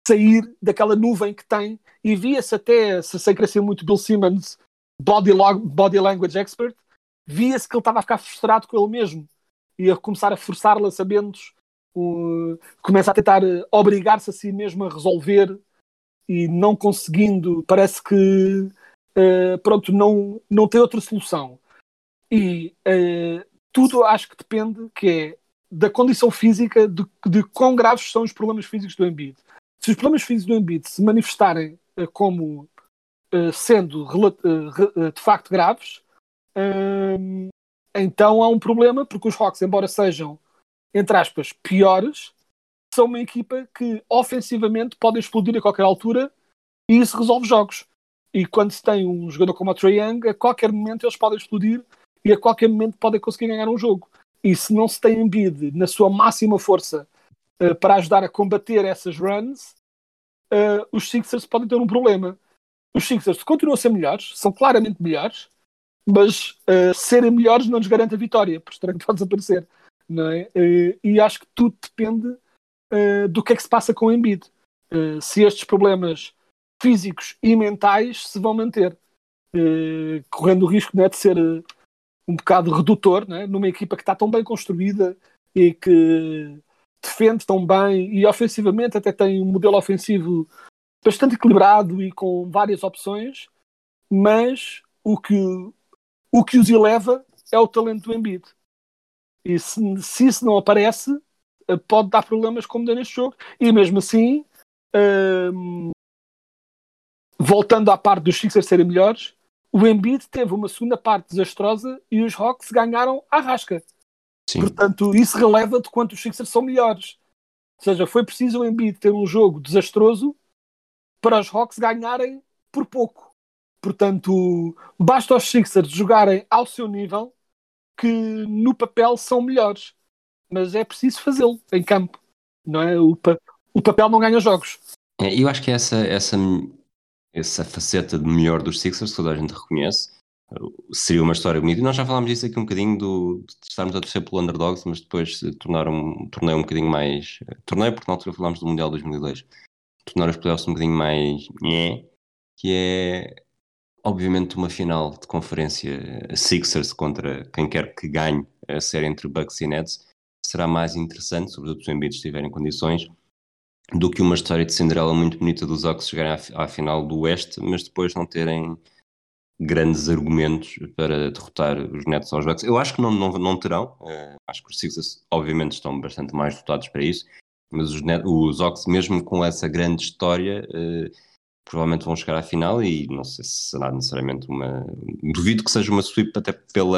sair daquela nuvem que tem, e via-se até, sem querer ser muito Bill Simmons, body language expert, via-se que ele estava a ficar frustrado com ele mesmo e a começar a forçar lançamentos, começa a tentar obrigar-se a si mesmo a resolver e não conseguindo, parece que pronto, não tem outra solução. E tudo acho que depende que é da condição física, de quão graves são os problemas físicos do Embiid. Se os problemas físicos do Embiid se manifestarem como sendo de facto graves, então há um problema, porque os Hawks, embora sejam, entre aspas, piores, são uma equipa que ofensivamente podem explodir a qualquer altura e isso resolve jogos. E quando se tem um jogador como o Trae Young, a qualquer momento eles podem explodir e a qualquer momento podem conseguir ganhar um jogo. E se não se tem Embiid na sua máxima força para ajudar a combater essas runs, os Sixers podem ter um problema. Os Sixers continuam a ser melhores, são claramente melhores, mas serem melhores não nos garante a vitória, por estranho que pode desaparecer. Não é? E acho que tudo depende do que é que se passa com o Embiid. Se estes problemas físicos e mentais se vão manter, correndo o risco, não é, de ser um bocado redutor, não é? Numa equipa que está tão bem construída e que defende tão bem e ofensivamente até tem um modelo ofensivo bastante equilibrado e com várias opções, mas o que os eleva é o talento do Embiid. E se isso não aparece, pode dar problemas como deu neste jogo. E mesmo assim, voltando à parte dos Sixers serem melhores, o Embiid teve uma segunda parte desastrosa e os Hawks ganharam à rasca. Sim. Portanto, isso releva de quanto os Sixers são melhores. Ou seja, foi preciso o Embiid ter um jogo desastroso para os Hawks ganharem por pouco. Portanto, basta os Sixers jogarem ao seu nível, que no papel são melhores. Mas é preciso fazê-lo em campo. Não é? O papel não ganha jogos. Eu acho que essa faceta de melhor dos Sixers, que toda a gente reconhece, seria uma história bonita. E nós já falámos disso aqui um bocadinho, de estarmos a torcer pelo Underdogs, mas depois se tornar um torneio um bocadinho mais... Torneio, porque na altura falámos do Mundial 2002. Tornar os playoffs um bocadinho mais... que é, obviamente, uma final de conferência Sixers contra quem quer que ganhe a série entre Bucks e Nets. Será mais interessante, sobretudo se o Embiid estiver em condições, do que uma história de Cinderela muito bonita dos Hawks chegarem à final do Oeste, mas depois não terem grandes argumentos para derrotar os Nets aos Bucks. Eu acho que não terão. Acho que os Sixers, obviamente, estão bastante mais dotados para isso, mas os Hawks, mesmo com essa grande história, provavelmente vão chegar à final e não sei se será necessariamente duvido que seja uma sweep, até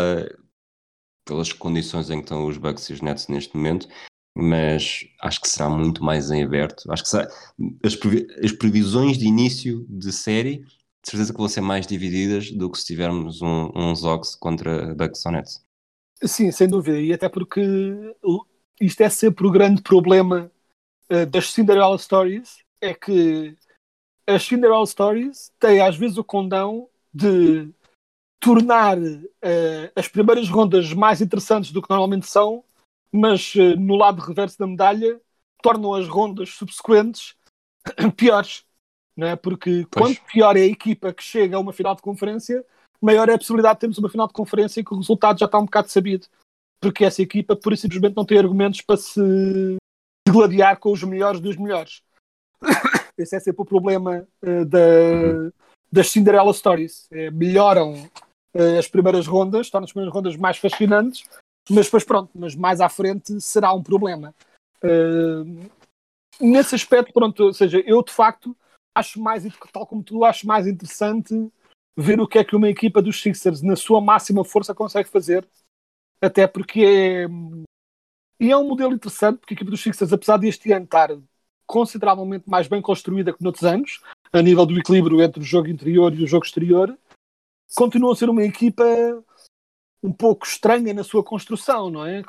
pelas condições em que estão os Bucks e os Nets neste momento, mas acho que será muito mais em aberto. Acho que as previsões de início de série, de certeza que vão ser mais divididas do que se tivermos uns Hawks contra Bucks ou Nets. Sim, sem dúvida, e até porque isto é sempre o grande problema das Cinderella Stories, é que as Cinderella Stories têm às vezes o condão de tornar as primeiras rondas mais interessantes do que normalmente são, mas no lado reverso da medalha tornam as rondas subsequentes piores, não é? Porque quanto pior é a equipa que chega a uma final de conferência, maior é a possibilidade de termos uma final de conferência e que o resultado já está um bocado sabido, porque essa equipa pura e simplesmente não tem argumentos para se degladiar com os melhores dos melhores. Esse é sempre o problema das Cinderella Stories. Melhoram as primeiras rondas, tornam as primeiras rondas mais fascinantes, mas depois pronto, mas mais à frente será um problema. Nesse aspecto, pronto, ou seja, eu de facto acho mais, tal como tu, acho mais interessante ver o que é que uma equipa dos Sixers na sua máxima força consegue fazer, até porque é um modelo interessante, porque a equipa dos Sixers, apesar deste ano estar consideravelmente mais bem construída que noutros anos, a nível do equilíbrio entre o jogo interior e o jogo exterior, continua a ser uma equipa um pouco estranha na sua construção, não é?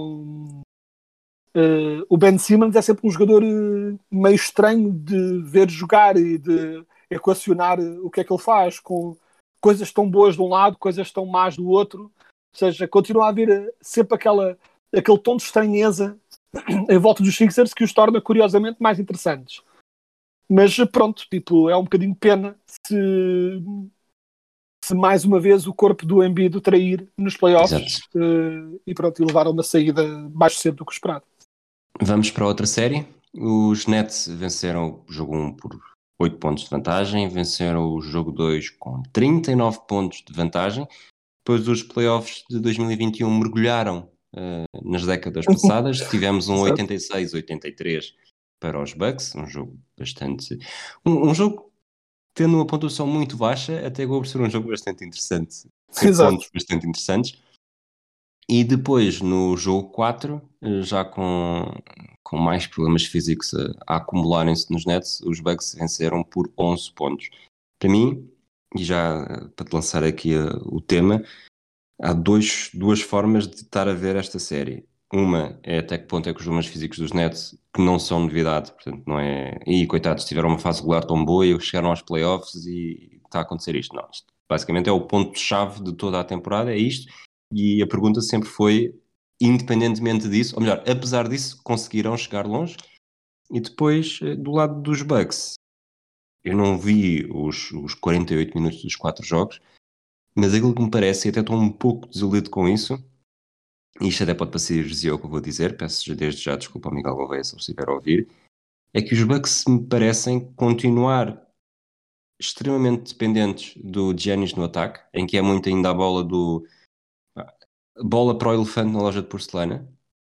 O Ben Simmons é sempre um jogador meio estranho de ver jogar e de equacionar o que é que ele faz, com coisas tão boas de um lado, coisas tão más do outro. Ou seja, continua a haver sempre aquele tom de estranheza em volta dos Sixers que os torna curiosamente mais interessantes. Mas pronto, tipo, é um bocadinho pena se mais uma vez o corpo do Embiid o trair nos playoffs e pronto, e levar a uma saída mais cedo do que esperado. Vamos para outra série. Os Nets venceram o jogo 1 por 8 pontos de vantagem, venceram o jogo 2 com 39 pontos de vantagem. Depois os playoffs de 2021 mergulharam nas décadas passadas. Tivemos um 86-83 para os Bucks, um jogo bastante... Um jogo tendo uma pontuação muito baixa, até agora por ser um jogo bastante interessante. Pontos bastante interessantes. E depois, no jogo 4, já com mais problemas físicos a acumularem-se nos Nets, os Bucks venceram por 11 pontos. Para mim, e já para te lançar aqui o tema, há duas formas de estar a ver esta série. Uma é até que ponto é que os problemas físicos dos Nets, que não são novidade, portanto não é... E coitados, tiveram uma fase regular tão boa e chegaram aos playoffs e está a acontecer isto. Não, isto basicamente é o ponto-chave de toda a temporada, é isto. E a pergunta sempre foi, independentemente disso, ou melhor, apesar disso, conseguirão chegar longe. E depois, do lado dos Bucks, eu não vi os 48 minutos dos 4 jogos, mas aquilo que me parece, e até estou um pouco desiludido com isso, e isto até pode parecer heresia o que eu vou dizer, peço desde já desculpa ao Miguel Gouveia se eu estiver a ouvir, é que os Bucks me parecem continuar extremamente dependentes do Giannis no ataque, em que é muito ainda a bola para o elefante na loja de porcelana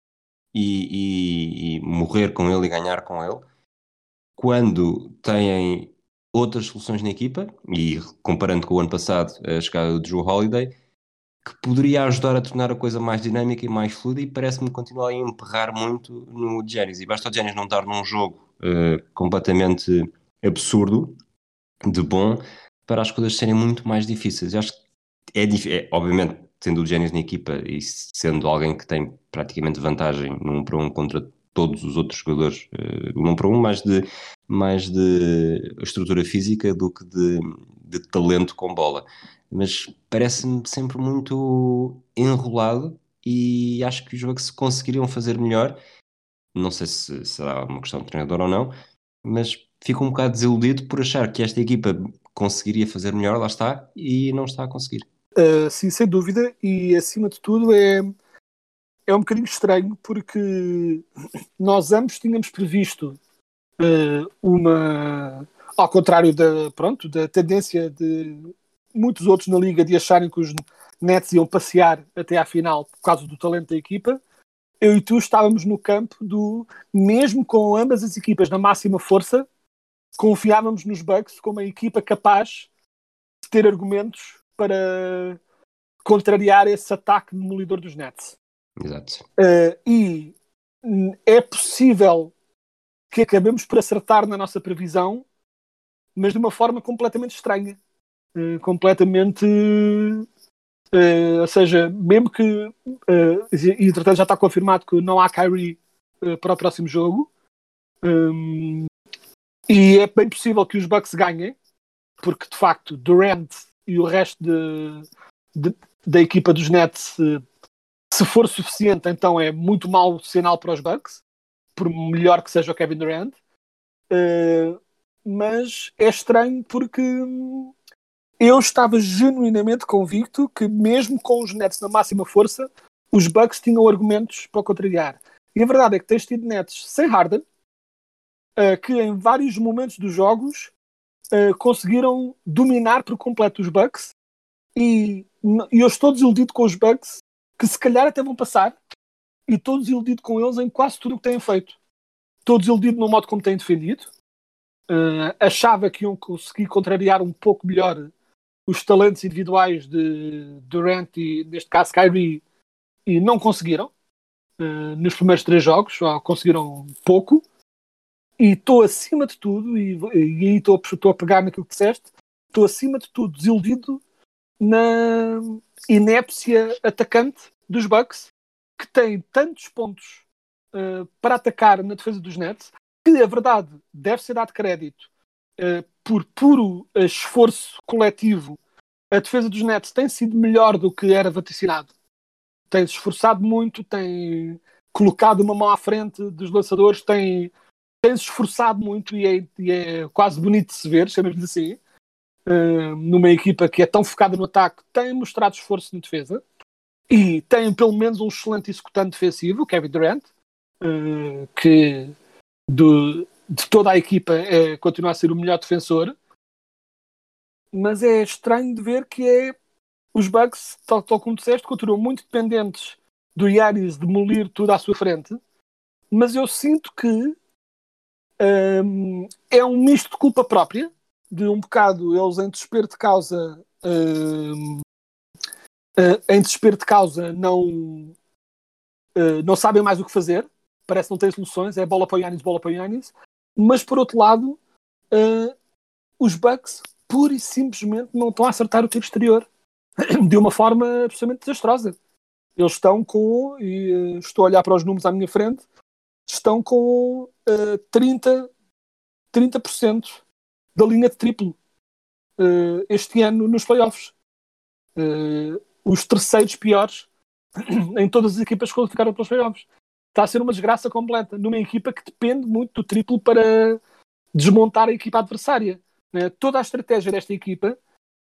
e morrer com ele e ganhar com ele, quando têm outras soluções na equipa, e comparando com o ano passado, a chegada do Drew Holiday, que poderia ajudar a tornar a coisa mais dinâmica e mais fluida, e parece-me continuar a emperrar muito no Giannis. E basta o Giannis não estar num jogo completamente absurdo, de bom, para as coisas serem muito mais difíceis. Eu acho que obviamente, tendo o Giannis na equipa e sendo alguém que tem praticamente vantagem num para um contra todos os outros jogadores, num para um mais de estrutura física do que de talento com bola. Mas parece-me sempre muito enrolado e acho que os Bucks conseguiriam fazer melhor. Não sei se será uma questão de treinador ou não, mas fico um bocado desiludido por achar que esta equipa conseguiria fazer melhor, lá está, e não está a conseguir. Sim, sem dúvida, e acima de tudo é um bocadinho estranho porque nós ambos tínhamos previsto ao contrário da tendência de muitos outros na liga de acharem que os Nets iam passear até à final por causa do talento da equipa, eu e tu estávamos no campo mesmo com ambas as equipas na máxima força, confiávamos nos Bucks como a equipa capaz de ter argumentos para contrariar esse ataque demolidor dos Nets. Exato. E é possível que acabemos por acertar na nossa previsão, mas de uma forma completamente estranha. Completamente... ou seja, mesmo que... e entretanto já está confirmado que não há Kyrie para o próximo jogo. E é bem possível que os Bucks ganhem, porque de facto Durant e o resto da equipa dos Nets, se for suficiente, então é muito mau sinal para os Bucks, por melhor que seja o Kevin Durant. Mas é estranho porque eu estava genuinamente convicto que mesmo com os Nets na máxima força, os Bucks tinham argumentos para contrariar. E a verdade é que tens tido Nets sem Harden, que em vários momentos dos jogos conseguiram dominar por completo os Bucks, e eu estou desiludido com os Bucks, que se calhar até vão passar, e estou desiludido com eles em quase tudo o que têm feito. Estou desiludido no modo como têm defendido. Achava que iam conseguir contrariar um pouco melhor os talentos individuais de Durant e, neste caso, Kyrie, e não conseguiram. Nos primeiros 3 jogos, conseguiram pouco. E estou acima de tudo, e aí estou a pegar naquilo que disseste, estou acima de tudo desiludido na inépcia atacante dos Bucks, que tem tantos pontos para atacar na defesa dos Nets, que a verdade deve ser dado crédito por puro esforço coletivo. A defesa dos Nets tem sido melhor do que era vaticinado. Tem se esforçado muito, tem colocado uma mão à frente dos lançadores, tem tem-se esforçado muito e é quase bonito de se ver, chamemos assim, numa equipa que é tão focada no ataque, tem mostrado esforço na defesa e tem pelo menos um excelente executante defensivo, o Kevin Durant, que de toda a equipa continua a ser o melhor defensor, mas é estranho de ver que os Bucks, tal como disseste, continuam muito dependentes do Giannis demolir tudo à sua frente, mas eu sinto que é um misto de culpa própria, de um bocado eles em desespero de causa não sabem mais o que fazer, parece que não têm soluções, é bola para o Giannis, mas por outro lado os Bucks pura e simplesmente não estão a acertar o tiro exterior de uma forma absolutamente desastrosa. Eles estão com, e estou a olhar para os números à minha frente, estão com 30% da linha de triplo este ano nos playoffs. Os terceiros piores em todas as equipas que qualificaram pelos playoffs. Está a ser uma desgraça completa numa equipa que depende muito do triplo para desmontar a equipa adversária. Toda a estratégia desta equipa,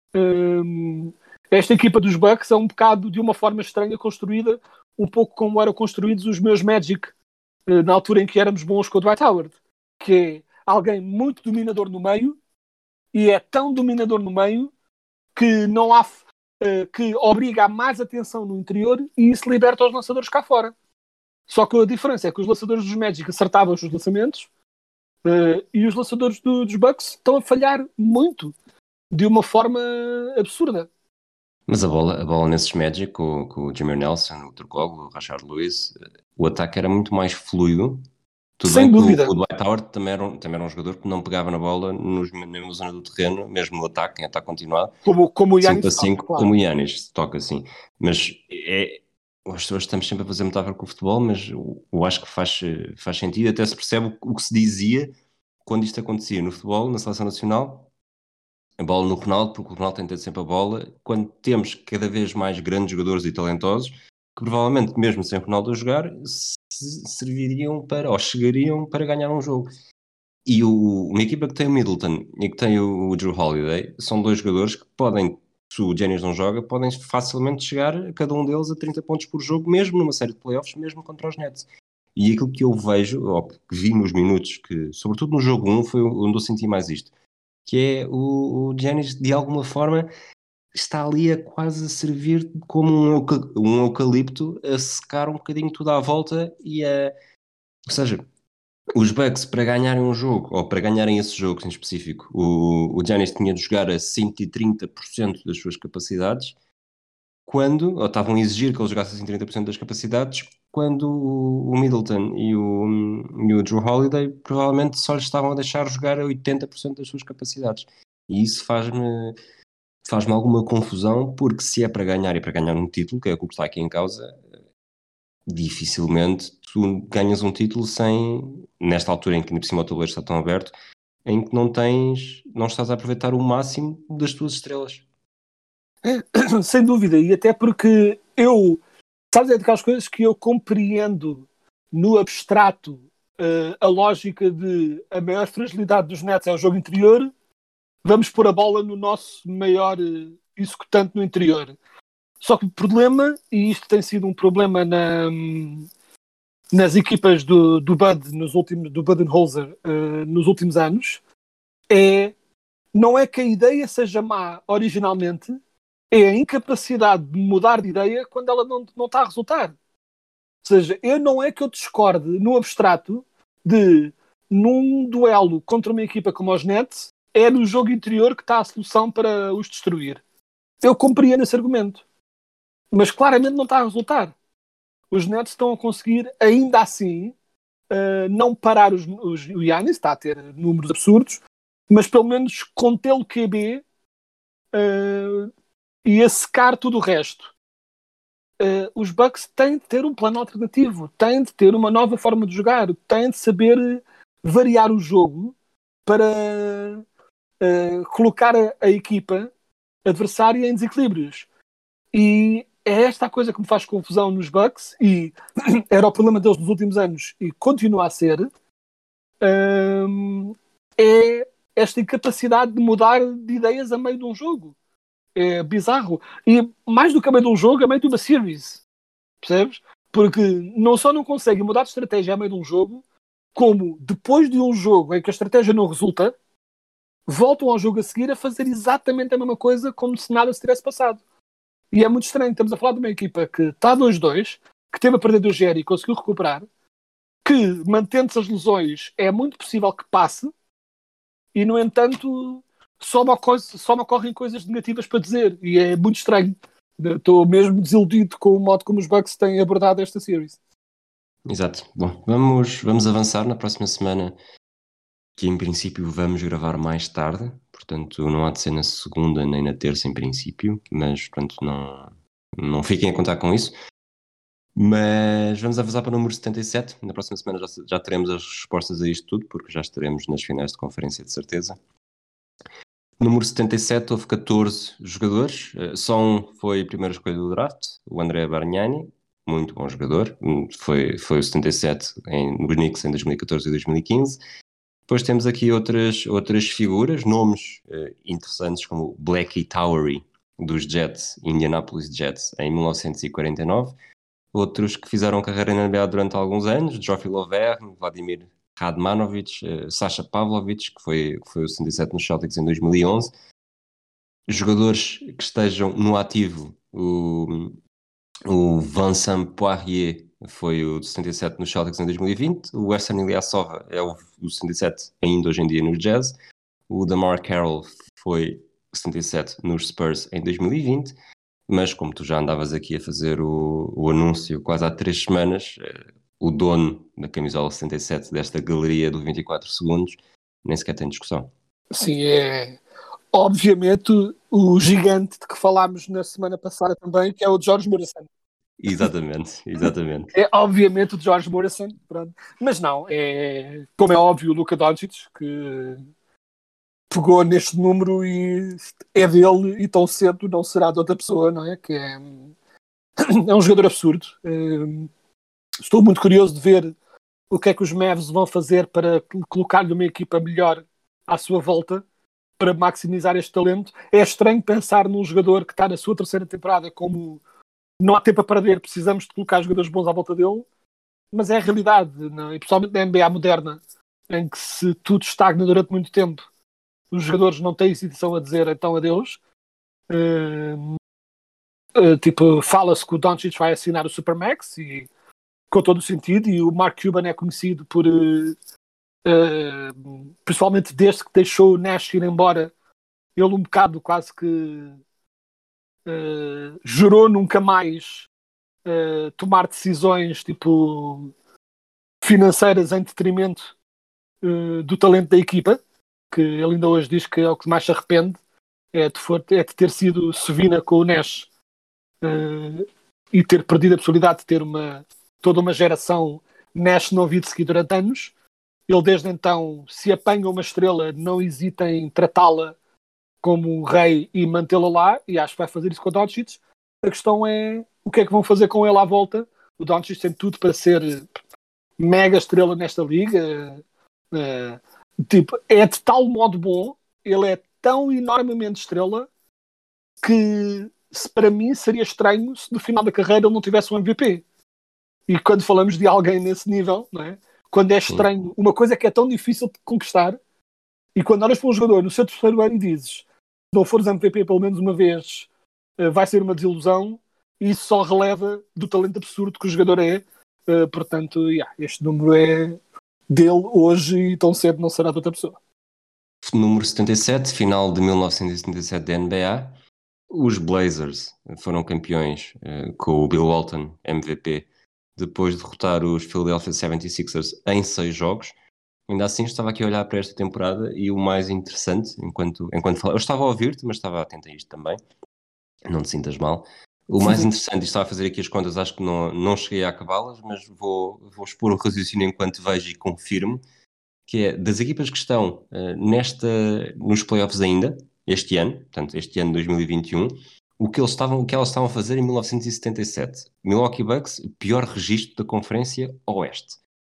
esta equipa dos Bucks, é um bocado de uma forma estranha construída, um pouco como eram construídos os meus Magic na altura em que éramos bons com o Dwight Howard, que é alguém muito dominador no meio, e é tão dominador no meio que não há que obriga a mais atenção no interior e isso liberta os lançadores cá fora. Só que a diferença é que os lançadores dos Magic acertavam os lançamentos e os lançadores dos Bucks estão a falhar muito, de uma forma absurda. Mas a bola nesses Magic, com o Jameer Nelson, o Turkoglu, o Rashard Lewis, o ataque era muito mais fluido. Tudo Sem bem dúvida. Que o Dwight Howard também era um jogador que não pegava na bola na mesma zona do terreno, mesmo no ataque, em ataque continuado. Como o Giannis 5 a 5, claro. como o Giannis toca assim. Mas hoje estamos sempre a fazer metáfora com o futebol, mas eu acho que faz sentido, até se percebe o que se dizia quando isto acontecia no futebol, na seleção nacional, a bola no Ronaldo, porque o Ronaldo tem de ter sempre a bola, quando temos cada vez mais grandes jogadores e talentosos, que provavelmente, mesmo sem Ronaldo a jogar, serviriam para, ou chegariam para ganhar um jogo. E uma equipa que tem o Middleton e que tem o Jrue Holiday, são dois jogadores que podem, se o Giannis não joga, podem facilmente chegar, cada um deles, a 30 pontos por jogo, mesmo numa série de playoffs, mesmo contra os Nets. E aquilo que eu vejo, ou que vi nos minutos, que sobretudo no jogo 1, foi onde eu senti mais isto, que é o Giannis, de alguma forma, está ali a quase servir como um eucalipto, a secar um bocadinho tudo à volta ou seja, os Bucks, para ganharem um jogo, ou para ganharem esse jogo em específico, o Giannis tinha de jogar a 130% das suas capacidades, ou estavam a exigir que ele jogasse a 130% das capacidades, quando o Middleton e o Jrue Holiday provavelmente só lhes estavam a deixar jogar a 80% das suas capacidades. E isso faz-me alguma confusão, porque se é para ganhar e para ganhar um título, que é o que está aqui em causa, dificilmente tu ganhas um título nesta altura em que por cima o tabuleiro está tão aberto, em que não estás a aproveitar o máximo das tuas estrelas. Sem dúvida, e até porque sabes, é daquelas coisas que eu compreendo no abstrato a lógica de a maior fragilidade dos Nets é o jogo interior, vamos pôr a bola no nosso maior executante no interior. Só que o problema, e isto tem sido um problema nas equipas do Bud, do Budenholzer nos últimos anos, não é que a ideia seja má originalmente, é a incapacidade de mudar de ideia quando ela não está a resultar. Ou seja, não é que eu discorde no abstrato de, num duelo contra uma equipa como os Nets, é no jogo interior que está a solução para os destruir. Eu compreendo esse argumento. Mas claramente não está a resultar. Os Nets estão a conseguir, ainda assim, não parar o Giannis, está a ter números absurdos, mas pelo menos contê-lo QB e a secar tudo o resto. Os Bucks têm de ter um plano alternativo, têm de ter uma nova forma de jogar, têm de saber variar o jogo para colocar a equipa adversária em desequilíbrios. E é esta a coisa que me faz confusão nos Bucks, e era o problema deles nos últimos anos e continua a ser, é esta incapacidade de mudar de ideias a meio de um jogo. É bizarro. E mais do que a meio de um jogo, a meio de uma series. Percebes? Porque não só não conseguem mudar de estratégia a meio de um jogo, como depois de um jogo em que a estratégia não resulta, voltam ao jogo a seguir a fazer exatamente a mesma coisa como se nada se tivesse passado. E é muito estranho. Estamos a falar de uma equipa que está 2-2, que teve a perder do Jerry e conseguiu recuperar, que, mantendo-se as lesões, é muito possível que passe, e, no entanto, só me ocorrem coisas negativas para dizer. E é muito estranho. Estou mesmo desiludido com o modo como os Bucks têm abordado esta series. Exato. Bom, vamos avançar na próxima semana, que em princípio vamos gravar mais tarde, portanto não há de ser na segunda nem na terça em princípio, mas portanto não fiquem a contar com isso. Mas vamos avançar para o número 77. Na próxima semana já teremos as respostas a isto tudo, porque já estaremos nas finais de conferência de certeza. Número 77, houve 14 jogadores, só um foi a primeira escolha do draft, o André Bargnani, muito bom jogador, foi o 77 no Knicks em 2014 e 2015. Depois temos aqui outras figuras, nomes interessantes como Blackie Towery, dos Jets, Indianapolis Jets, em 1949. Outros que fizeram carreira na NBA durante alguns anos, Geoffrey Lauvergne, Vladimir Radmanovic, Sasha Pavlovic, que foi o 67 nos Celtics em 2011. Jogadores que estejam no ativo, o Vincent Poirier foi o 77 nos Celtics em 2020, o Ersan Ilyasova é o 77 ainda hoje em dia no Jazz, o Damar Carroll foi o 77 nos Spurs em 2020, mas como tu já andavas aqui a fazer o anúncio quase há 3 semanas, o dono da camisola 77 desta galeria do 24 segundos nem sequer tem discussão. Sim, é obviamente o gigante de que falámos na semana passada também, que é o George Morrison. Exatamente. É obviamente o George Morrison, pronto. Mas não, como é óbvio o Luka Doncic, que pegou neste número e é dele, e tão cedo não será de outra pessoa, não é? Que é um jogador absurdo. Estou muito curioso de ver o que é que os Mavs vão fazer para colocar-lhe uma equipa melhor à sua volta, para maximizar este talento. É estranho pensar num jogador que está na sua terceira temporada como não há tempo a perder, precisamos de colocar jogadores bons à volta dele, mas é a realidade, não? E principalmente na NBA moderna, em que se tudo estagna durante muito tempo, os jogadores não têm hesitação a dizer então adeus. Tipo, fala-se que o Doncic vai assinar o Supermax, e com todo o sentido, e o Mark Cuban é conhecido por principalmente desde que deixou o Nash ir embora, ele um bocado quase que jurou nunca mais tomar decisões tipo financeiras em detrimento do talento da equipa, que ele ainda hoje diz que é o que mais se arrepende, é de ter sido Sevina com o Nash e ter perdido a possibilidade de ter toda uma geração Nash Nowitzki durante anos. Ele desde então, se apanha uma estrela, não hesita em tratá-la como um rei e mantê-la lá, e acho que vai fazer isso com o Doncic. A questão é o que é que vão fazer com ele à volta. O Doncic tem tudo para ser mega estrela nesta liga. Tipo, é de tal modo bom, ele é tão enormemente estrela, que para mim seria estranho se no final da carreira ele não tivesse um MVP. E quando falamos de alguém nesse nível, não é? Quando é estranho, uma coisa que é tão difícil de conquistar, e quando olhas para um jogador no seu terceiro ano e dizes, se não fores MVP pelo menos uma vez, vai ser uma desilusão, e isso só releva do talento absurdo que o jogador é. Portanto, este número é dele hoje, e tão cedo não será de outra pessoa. Número 77, final de 1977 da NBA. Os Blazers foram campeões com o Bill Walton, MVP, depois de derrotar os Philadelphia 76ers em 6 jogos. Ainda assim, estava aqui a olhar para esta temporada, e o mais interessante, enquanto falava, eu estava a ouvir-te, mas estava atento a isto também, não te sintas mal. O mais interessante, estava a fazer aqui as contas, acho que não cheguei a acabá-las, mas vou expor o raciocínio enquanto vejo e confirmo, que é das equipas que estão nos playoffs ainda, este ano, portanto, este ano 2021, o que elas estavam a fazer em 1977. Milwaukee Bucks, pior registro da Conferência Oeste.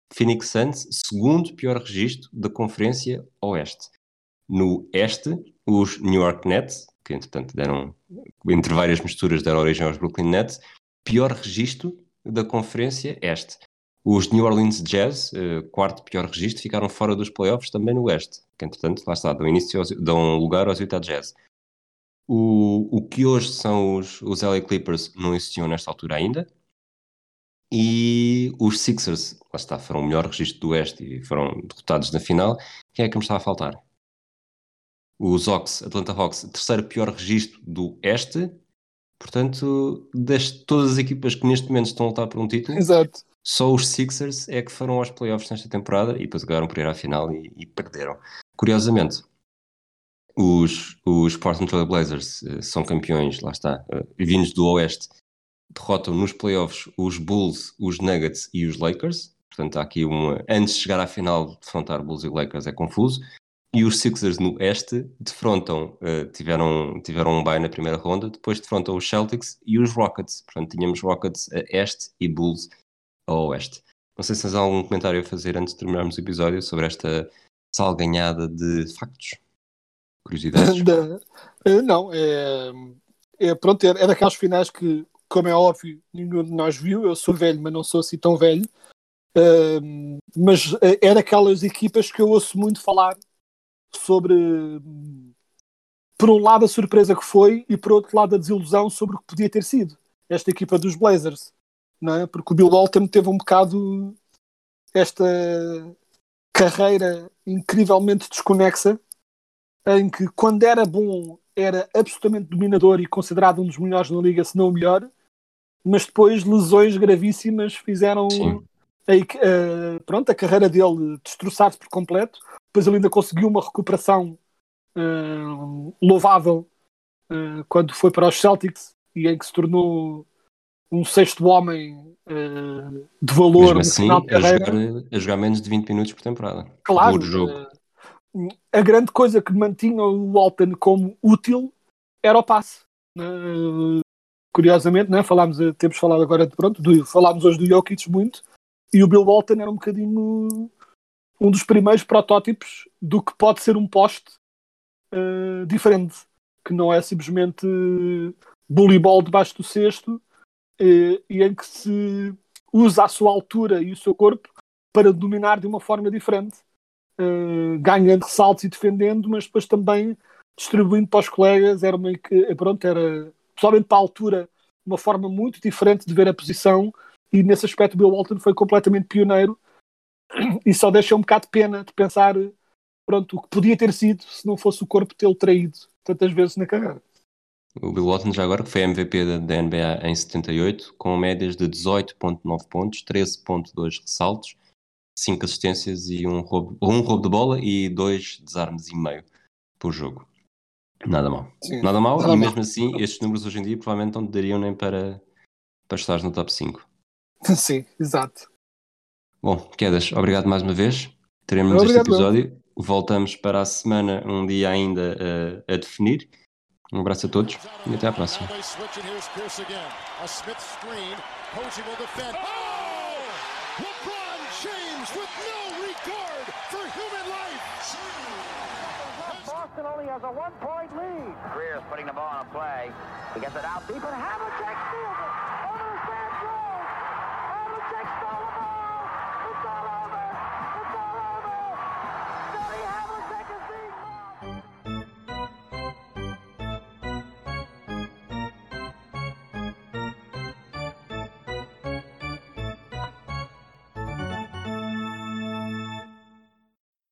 Phoenix Suns, segundo pior registro da Conferência Oeste. No Este, os New York Nets, que entretanto deram, entre várias misturas, deram origem aos Brooklyn Nets, pior registro da Conferência Este. Os New Orleans Jazz, quarto pior registro, ficaram fora dos playoffs também no Oeste, que entretanto, lá está, dão lugar aos Utah Jazz. O que hoje são os LA Clippers não existiam nesta altura ainda. E os Sixers, lá está, foram o melhor registro do Oeste e foram derrotados na final. Quem é que me está a faltar? Os Atlanta Hawks, terceiro pior registro do Este. Portanto, todas as equipas que neste momento estão a lutar por um título, Exato. só os Sixers é que foram aos playoffs nesta temporada e depois acabaram por ir à final e perderam. Curiosamente, os Portland Trail Blazers são campeões, lá está, vindos do Oeste, derrotam nos playoffs os Bulls, os Nuggets e os Lakers. Portanto, há aqui antes de chegar à final, defrontar Bulls e Lakers é confuso. E os Sixers no Este defrontam, tiveram um bye na primeira ronda, depois defrontam os Celtics e os Rockets. Portanto, tínhamos Rockets a Este e Bulls a Oeste. Não sei se tens algum comentário a fazer antes de terminarmos o episódio sobre esta salganhada de factos, curiosidades. Não, pronto, é daquelas finais que, como é óbvio, nenhum de nós viu. Eu sou velho, mas não sou assim tão velho. Mas é daquelas equipas que eu ouço muito falar sobre, por um lado, a surpresa que foi e por outro lado, a desilusão sobre o que podia ter sido esta equipa dos Blazers, não é? Porque o Bill Walton teve um bocado esta carreira incrivelmente desconexa, em que quando era bom era absolutamente dominador e considerado um dos melhores na liga, se não o melhor, mas depois lesões gravíssimas fizeram a carreira dele destroçar-se por completo. Depois ele ainda conseguiu uma recuperação louvável quando foi para os Celtics e em que se tornou um sexto homem de valor. Mesmo assim, no final de carreira. A jogar menos de 20 minutos por temporada. Claro, por jogo. A grande coisa que mantinha o Walton como útil era o passe. Curiosamente, né? Temos falado agora falámos hoje do Jokic muito, e o Bill Walton era um bocadinho um dos primeiros protótipos do que pode ser um poste diferente, que não é simplesmente voleibol debaixo do cesto, e em que se usa a sua altura e o seu corpo para dominar de uma forma diferente, ganhando ressaltos e defendendo, mas depois também distribuindo para os colegas. Era pessoalmente para a altura, uma forma muito diferente de ver a posição, e nesse aspecto Bill Walton foi completamente pioneiro. E só deixa um bocado de pena de pensar, pronto, o que podia ter sido se não fosse o corpo tê-lo traído tantas vezes na carreira. O Bill Walton, já agora, que foi MVP da NBA em 78, com médias de 18.9 pontos, 13.2 ressaltos, 5 assistências e um roubo de bola e 2 desarmes e meio por jogo. Nada mal. Sim, nada mal. nada E mal. mesmo assim, estes números hoje em dia provavelmente não te dariam nem para estar no top 5. Sim, exato. Bom, Quedas, obrigado mais uma vez. Teremos este episódio. Voltamos para a semana, um dia ainda a definir. Um abraço a todos e até à próxima. Boston only has a 1-point lead. Greer's putting the ball on a play. He gets it out deep, and Havlicek steals it.